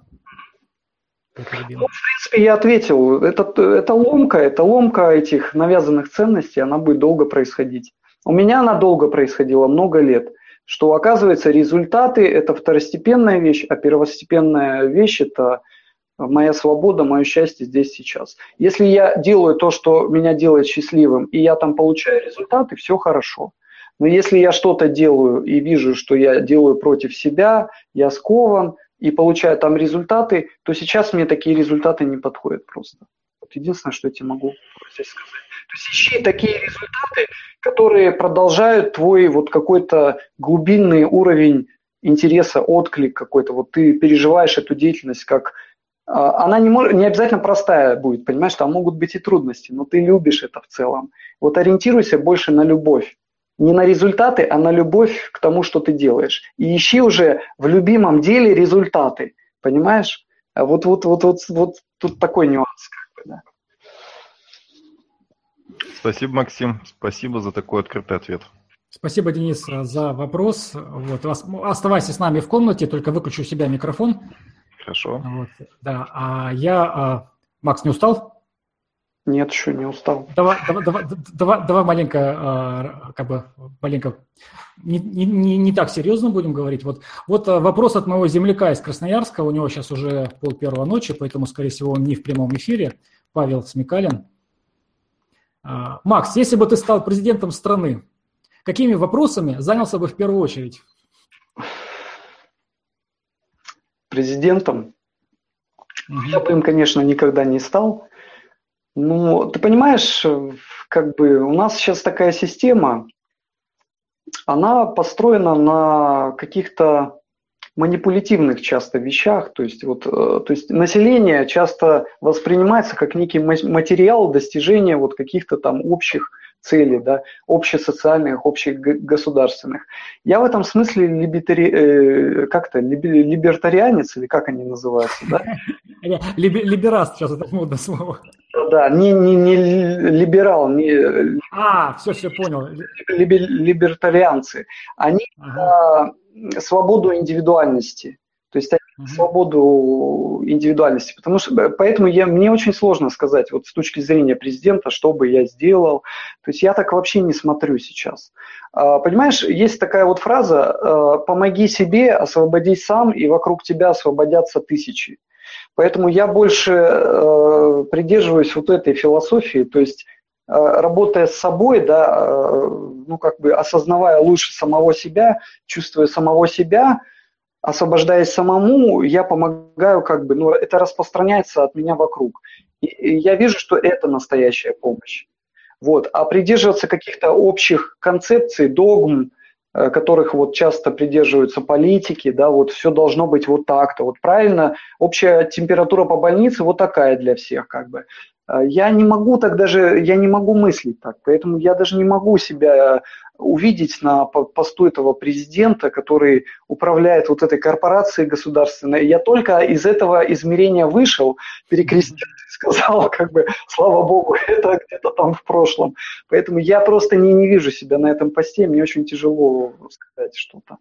Ну, в принципе, я ответил. Это, это ломка, это ломка этих навязанных ценностей, она будет долго происходить. У меня она долго происходила, много лет. Что, оказывается, результаты – это второстепенная вещь, а первостепенная вещь – это моя свобода, мое счастье здесь сейчас. Если я делаю то, что меня делает счастливым, и я там получаю результаты, все хорошо. Но если я что-то делаю и вижу, что я делаю против себя, я скован и получаю там результаты, то сейчас мне такие результаты не подходят просто. Вот единственное, что я тебе могу здесь сказать. То есть ищи такие результаты, которые продолжают твой вот какой-то глубинный уровень интереса, отклик какой-то. Вот ты переживаешь эту деятельность как... Она не, может, не обязательно простая будет, понимаешь, там могут быть и трудности, но ты любишь это в целом. Вот ориентируйся больше на любовь. Не на результаты, а на любовь к тому, что ты делаешь. И ищи уже в любимом деле результаты, понимаешь? Вот, вот, вот, вот, вот тут такой нюанс. Как бы, да. Спасибо, Максим. Спасибо за такой открытый ответ. Спасибо, Денис, за вопрос. Вот, оставайся с нами в комнате, только выключу у себя микрофон. Хорошо. Вот, да, а я... Макс, не устал? Нет, еще не устал. Давай, давай, давай, давай, давай маленько, как бы, маленько, не, не, не так серьезно будем говорить. Вот, вот вопрос от моего земляка из Красноярска, у него сейчас уже пол первого ночи, поэтому, скорее всего, он не в прямом эфире, Павел Смекалин. Макс, если бы ты стал президентом страны, какими вопросами занялся бы в первую очередь? Президентом? Угу. Я бы им, конечно, никогда не стал. Но ты понимаешь, как бы у нас сейчас такая система, она построена на каких-то манипулятивных часто вещах. То есть, вот, то есть население часто воспринимается как некий материал достижения вот каких-то там общих целей, да, общесоциальных, общегосударственных. Я в этом смысле либертари... как-то либертарианец, или как они называются, да? Либераст, сейчас это модное слово. Да, не, не, не либерал, не... А, все, все понял. Либер, либертарианцы. Они ага. за свободу индивидуальности. То есть они ага. свободу индивидуальности. Потому что, поэтому я, мне очень сложно сказать, вот с точки зрения президента, что бы я сделал. То есть я так вообще не смотрю сейчас. Понимаешь, есть такая вот фраза: «Помоги себе, освободись сам, и вокруг тебя освободятся тысячи». Поэтому я больше э, придерживаюсь вот этой философии, то есть э, работая с собой, да, э, ну как бы осознавая лучше самого себя, чувствуя самого себя, освобождаясь самому, я помогаю, как бы, ну это распространяется от меня вокруг. И, и я вижу, что это настоящая помощь. Вот. А придерживаться каких-то общих концепций, догм, которых вот часто придерживаются политики, да, вот все должно быть вот так-то, вот правильно, общая температура по больнице вот такая для всех, как бы. Я не могу так даже, я не могу мыслить так, поэтому я даже не могу себя увидеть на посту этого президента, который управляет вот этой корпорацией государственной. Я только из этого измерения вышел, перекрестился и сказал, как бы, слава богу, это где-то там в прошлом. Поэтому я просто не, не вижу себя на этом посте, мне очень тяжело сказать что-то.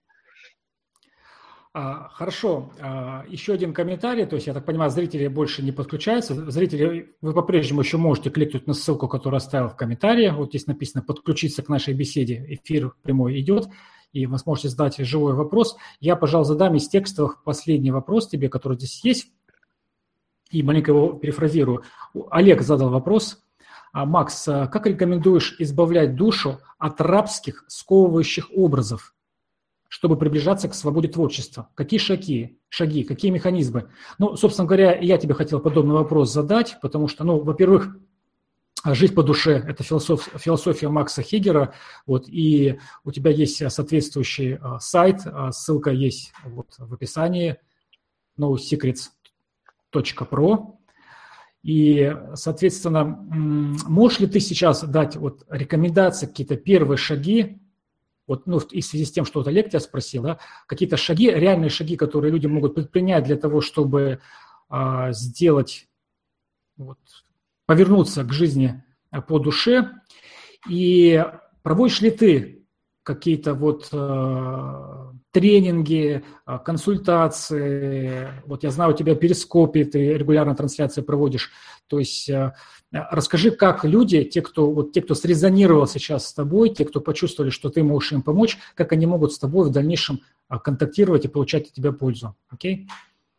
Хорошо. Еще один комментарий. То есть, я так понимаю, зрители больше не подключаются. Зрители, вы по-прежнему еще можете кликнуть на ссылку, которую оставил в комментарии. Вот здесь написано «Подключиться к нашей беседе». Эфир прямой идет, и вы сможете задать живой вопрос. Я, пожалуй, задам из текстовых последний вопрос тебе, который здесь есть, и маленько его перефразирую. Олег задал вопрос. Макс, как рекомендуешь избавлять душу от рабских, сковывающих образов, чтобы приближаться к свободе творчества? Какие шаги, шаги, какие механизмы? Ну, собственно говоря, я тебе хотел подобный вопрос задать, потому что, ну, во-первых, жить по душе – это философ, философия Макса Хегера, вот, и у тебя есть соответствующий а, сайт, а, ссылка есть вот в описании, no secrets точка pro. И, соответственно, можешь ли ты сейчас дать вот рекомендации, какие-то первые шаги, вот, ну, в связи с тем, что вот Олег тебя спросил, да, какие-то шаги, реальные шаги, которые люди могут предпринять для того, чтобы а, сделать, вот, повернуться к жизни по душе, и проводишь ли ты какие-то вот а, тренинги, а, консультации, вот я знаю, у тебя в Перископе ты регулярно трансляции проводишь, то есть а, расскажи, как люди, те кто, вот, те, кто срезонировал сейчас с тобой, те, кто почувствовали, что ты можешь им помочь, как они могут с тобой в дальнейшем контактировать и получать от тебя пользу. Окей?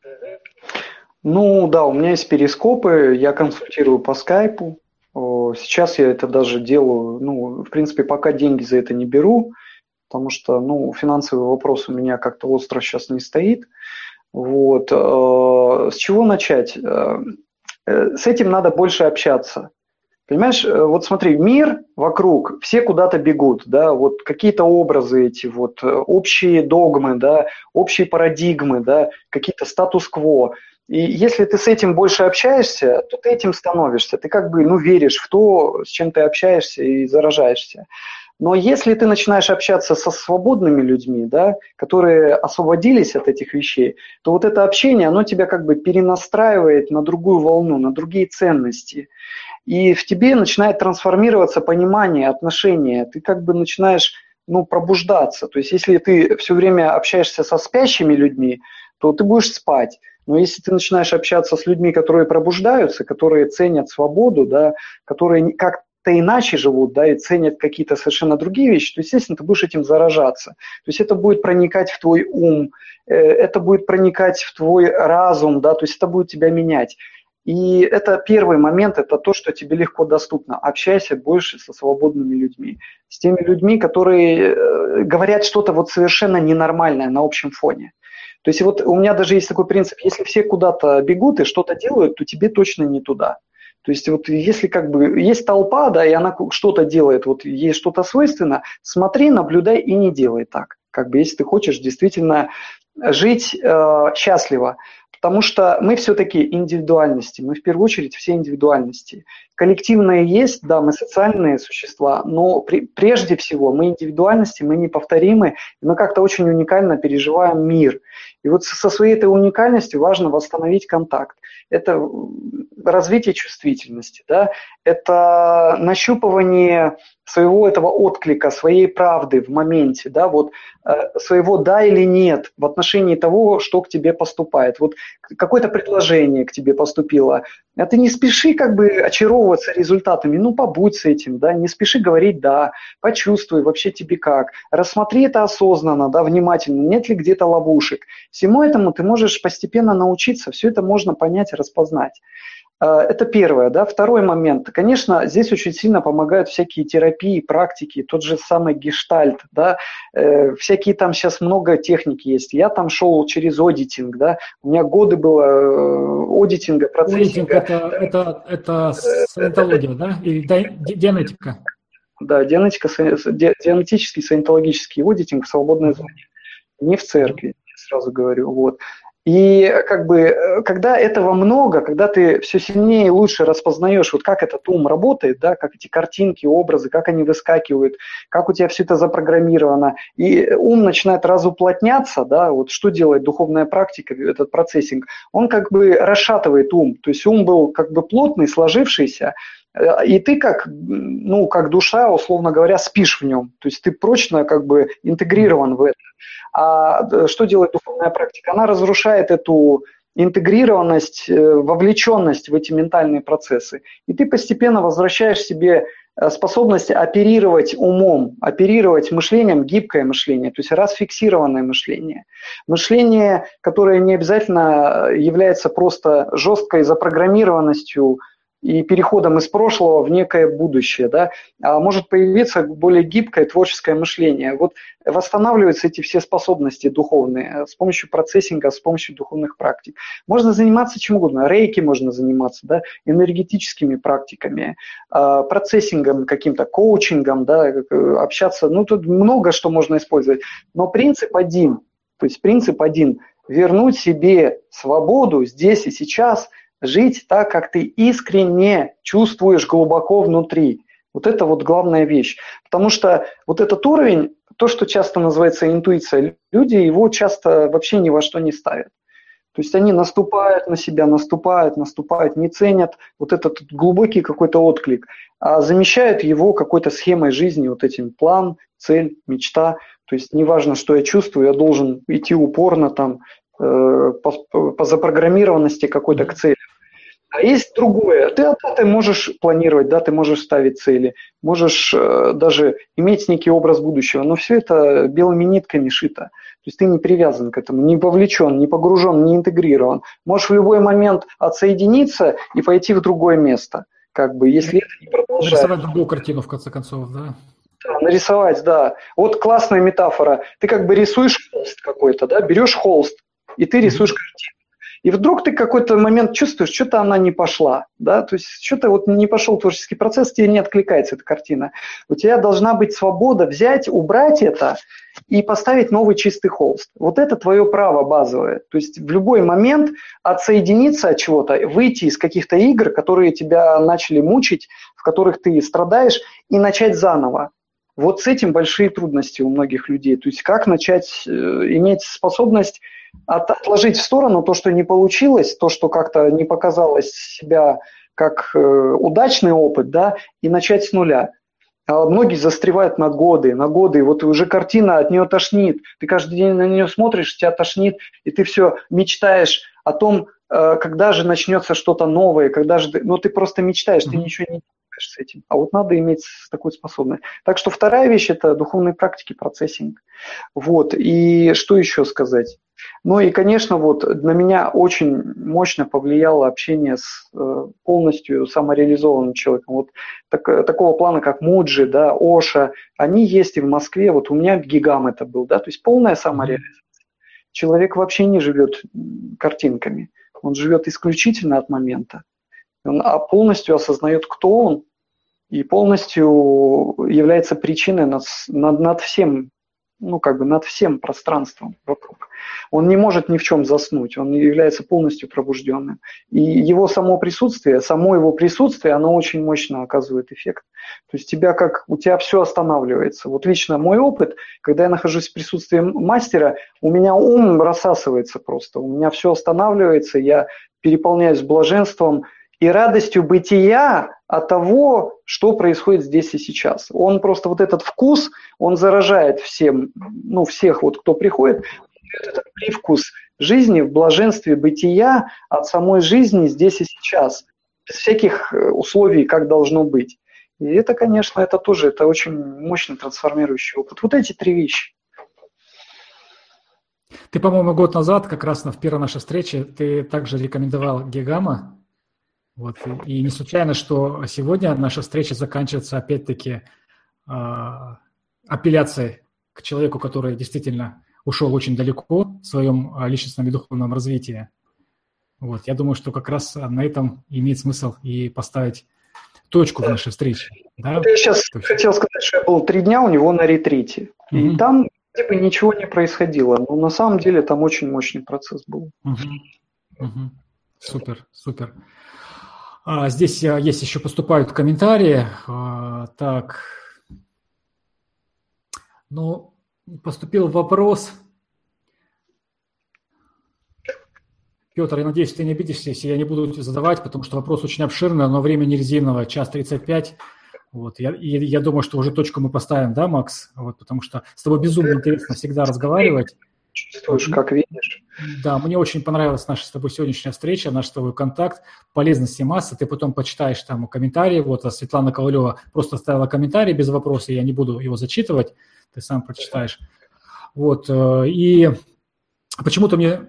Ну да, у меня есть перископы, я консультирую по скайпу. Сейчас я это даже делаю, ну, в принципе, пока деньги за это не беру, потому что, ну, финансовый вопрос у меня как-то остро сейчас не стоит. Вот. С чего начать? С этим надо больше общаться. Понимаешь, вот смотри, мир вокруг, все куда-то бегут, да, вот какие-то образы эти, вот общие догмы, да, общие парадигмы, да, какие-то статус-кво. И если ты с этим больше общаешься, то ты этим становишься. Ты как бы, ну, веришь в то, с чем ты общаешься и заражаешься. Но если ты начинаешь общаться со свободными людьми, да, которые освободились от этих вещей, то вот это общение, оно тебя как бы перенастраивает на другую волну, на другие ценности. и в тебе начинает трансформироваться понимание, отношения. Ты как бы начинаешь, ну, пробуждаться. То есть если ты все время общаешься со спящими людьми, то ты будешь спать. Но если ты начинаешь общаться с людьми, которые пробуждаются, которые ценят свободу, да, которые как-то иначе живут, да, и ценят какие-то совершенно другие вещи, то, естественно, ты будешь этим заражаться. То есть это будет проникать в твой ум, это будет проникать в твой разум, да, то есть это будет тебя менять. И это первый момент, это то, что тебе легко доступно. Общайся больше со свободными людьми, с теми людьми, которые говорят что-то вот совершенно ненормальное на общем фоне. То есть вот у меня даже есть такой принцип, если все куда-то бегут и что-то делают, то тебе точно не туда. То есть вот если как бы есть толпа, да, и она что-то делает, вот ей что-то свойственно, смотри, наблюдай и не делай так. Как бы если ты хочешь действительно жить э, счастливо. Потому что мы все-таки индивидуальности, мы в первую очередь все индивидуальности. Коллективные есть, да, мы социальные существа, но при, прежде всего мы индивидуальности, мы неповторимы, и мы как-то очень уникально переживаем мир. И вот со своей этой уникальностью важно восстановить контакт. Это развитие чувствительности, да, это нащупывание своего этого отклика, своей правды в моменте, да, вот э, своего да или нет в отношении того, что к тебе поступает. Вот какое-то предложение к тебе поступило, а ты не спеши как бы очаровываться результатами, ну побудь с этим, да, не спеши говорить да, почувствуй вообще тебе как, рассмотри это осознанно, да, внимательно, нет ли где-то ловушек. Всему этому ты можешь постепенно научиться, все это можно понять и распознать. Это первое, да. Второй момент. Конечно, здесь очень сильно помогают всякие терапии, практики, тот же самый гештальт, да. Э, всякие там сейчас много техники есть. Я там шел через аудитинг, да. У меня годы было э, аудитинга, процессинга. Аудитинг это, это, это саентология, да? Или дианетика? Да, дианетика, дианетический, саентологический аудитинг в свободной зоне. Не в церкви, сразу говорю, вот. И как бы, когда этого много, когда ты все сильнее и лучше распознаешь, вот как этот ум работает, да, как эти картинки, образы, как они выскакивают, как у тебя все это запрограммировано, и ум начинает разуплотняться, да, вот что делает духовная практика, этот процессинг, он как бы расшатывает ум, то есть ум был как бы плотный, сложившийся, и ты как, ну, как душа, условно говоря, спишь в нем, то есть ты прочно как бы интегрирован в это. А что делает духовная практика? Она разрушает эту интегрированность, вовлеченность в эти ментальные процессы. И ты постепенно возвращаешь себе способность оперировать умом, оперировать мышлением, гибкое мышление, то есть расфиксированное мышление. Мышление, которое не обязательно является просто жесткой запрограммированностью и переходом из прошлого в некое будущее, да, а может появиться более гибкое творческое мышление. Вот восстанавливаются эти все способности духовные с помощью процессинга, с помощью духовных практик. Можно заниматься чем угодно, рейки можно заниматься, да, энергетическими практиками, процессингом каким-то, коучингом, да, общаться, ну тут много что можно использовать, но принцип один, то есть принцип один, вернуть себе свободу здесь и сейчас, жить так, как ты искренне чувствуешь глубоко внутри. Вот это вот главная вещь. Потому что вот этот уровень, то, что часто называется интуиция, люди его часто вообще ни во что не ставят. То есть они наступают на себя, наступают, наступают, не ценят вот этот глубокий какой-то отклик, а замещают его какой-то схемой жизни, вот этим план, цель, мечта. То есть неважно, что я чувствую, я должен идти упорно там, По, по запрограммированности какой-то к цели. А есть другое. Ты, да, ты можешь планировать, да, ты можешь ставить цели, можешь э, даже иметь некий образ будущего, но все это белыми нитками шито. То есть ты не привязан к этому, не вовлечен, не погружен, не интегрирован. Можешь в любой момент отсоединиться и пойти в другое место. Как бы, если это не продолжается. Нарисовать другую картину, в конце концов, да? Да, нарисовать, да. Вот классная метафора. Ты как бы рисуешь холст какой-то, да, берешь холст, и ты рисуешь картину. И вдруг ты какой-то момент чувствуешь, что-то она не пошла, да, то есть что-то вот не пошел творческий процесс, тебе не откликается эта картина. У тебя должна быть свобода взять, убрать это и поставить новый чистый холст. Вот это твое право базовое. То есть в любой момент отсоединиться от чего-то, выйти из каких-то игр, которые тебя начали мучить, в которых ты страдаешь, и начать заново. Вот с этим большие трудности у многих людей. То есть как начать э, иметь способность от, отложить в сторону то, что не получилось, то, что как-то не показалось себя как э, удачный опыт, да, и начать с нуля. А многие застревают на годы, на годы, и вот уже картина от нее тошнит. Ты каждый день на нее смотришь, тебя тошнит, и ты все мечтаешь о том, э, когда же начнется что-то новое, когда же... Ну, ты просто мечтаешь, ты ничего не делаешь с этим. А вот надо иметь такую способность. Так что вторая вещь – это духовные практики, процессинг. Вот, и что еще сказать? Ну и, конечно, вот на меня очень мощно повлияло общение с э, полностью самореализованным человеком. Вот так, такого плана, как Муджи, да, Оша, они есть и в Москве. Вот у меня Гигам это был, да, то есть полная самореализация. Человек вообще не живет картинками, он живет исключительно от момента. Он полностью осознает, кто он, и полностью является причиной над, над, над всем, ну, как бы над всем пространством вокруг. Он не может ни в чем заснуть, он является полностью пробужденным. И его само присутствие, само его присутствие, оно очень мощно оказывает эффект. То есть тебя как, у тебя все останавливается. Вот лично мой опыт, когда я нахожусь в присутствии мастера, у меня ум рассасывается просто, у меня все останавливается, я переполняюсь блаженством и радостью бытия от того, что происходит здесь и сейчас. Он просто вот этот вкус, он заражает всем, ну, всех, вот, кто приходит, этот привкус жизни в блаженстве бытия от самой жизни здесь и сейчас, без всяких условий, как должно быть. И это, конечно, это тоже, это очень мощный трансформирующий опыт. Вот эти три вещи. Ты, по-моему, год назад, как раз на в первой нашей встрече, ты также рекомендовал Гигама. Вот, и, и не случайно, что сегодня наша встреча заканчивается опять-таки э, апелляцией к человеку, который действительно ушел очень далеко в своем личностном и духовном развитии. Вот, я думаю, что как раз на этом имеет смысл и поставить точку в нашей встрече. Да? Я сейчас есть... хотел сказать, что я был три дня у него на ретрите, mm-hmm. и там типа ничего не происходило, но на самом деле там очень мощный процесс был. Mm-hmm. Mm-hmm. Супер, супер. А, здесь есть еще поступают комментарии. А, так, ну, поступил вопрос. Петр, я надеюсь, ты не обидишься, если я не буду задавать, потому что вопрос очень обширный, но время не резиновое, час тридцать пять. Вот, я, и я думаю, что уже точку мы поставим, да, Макс? Вот, потому что с тобой безумно интересно всегда разговаривать. Чувствуешь, как видишь. Да, мне очень понравилась наша с тобой сегодняшняя встреча, наш с тобой контакт, полезности массы. Ты потом почитаешь там комментарии. Вот Светлана Ковалева просто оставила комментарий без вопроса, я не буду его зачитывать, ты сам прочитаешь. Вот, и почему-то мне...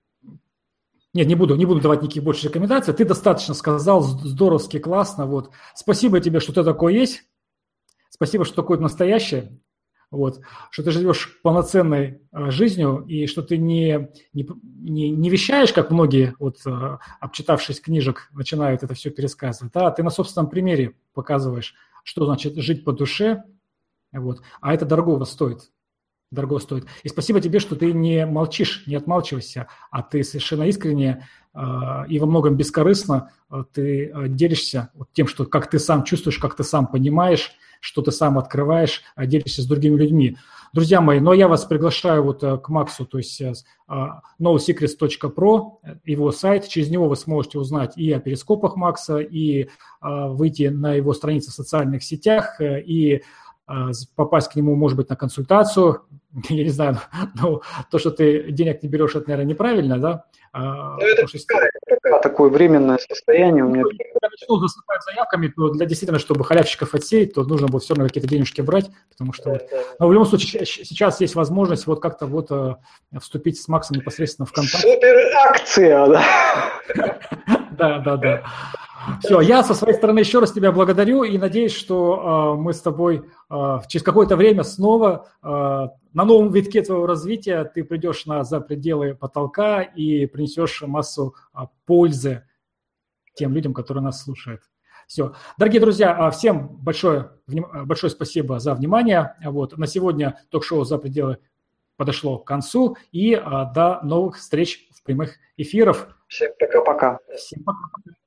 Нет, не буду, не буду давать никаких больше рекомендаций. Ты достаточно сказал, здоровски, классно. Вот. Спасибо тебе, что ты такой есть. Спасибо, что такой настоящий. Вот. Что ты живешь полноценной жизнью и что ты не, не, не, не вещаешь, как многие, вот, обчитавшись книжек, начинают это все пересказывать. Да? Ты на собственном примере показываешь, что значит жить по душе. Вот. А это дорого стоит. Дорого стоит. И спасибо тебе, что ты не молчишь, не отмалчиваешься, а ты совершенно искренне э, и во многом бескорыстно э, ты э, делишься вот тем, что как ты сам чувствуешь, как ты сам понимаешь, что ты сам открываешь, э, делишься с другими людьми. Друзья мои, но я вас приглашаю вот э, к Максу, то есть э, ноу сикретс точка про, его сайт, через него вы сможете узнать и о перископах Макса, и э, выйти на его страницы в социальных сетях, э, и попасть к нему, может быть, на консультацию. Я не знаю, но то, что ты денег не берешь, это, наверное, неправильно, да? Ну, это что... такое, такое временное состояние у меня. Когда начну засыпать заявками, то для действительно, чтобы халявщиков отсеять, то нужно будет все равно какие-то денежки брать, потому что... Вот... Но в любом случае, сейчас есть возможность вот как-то вот вступить с Максом непосредственно в контакт. Супер акция, да? Да, да, да. Все, я со своей стороны еще раз тебя благодарю и надеюсь, что э, мы с тобой э, через какое-то время снова э, на новом витке твоего развития ты придешь на, за пределы потолка и принесешь массу э, пользы тем людям, которые нас слушают. Все. Дорогие друзья, всем большое, большое спасибо за внимание. Вот. На сегодня ток-шоу «За пределы» подошло к концу и э, до новых встреч в прямых эфирах. Всем пока-пока. Всем пока-пока.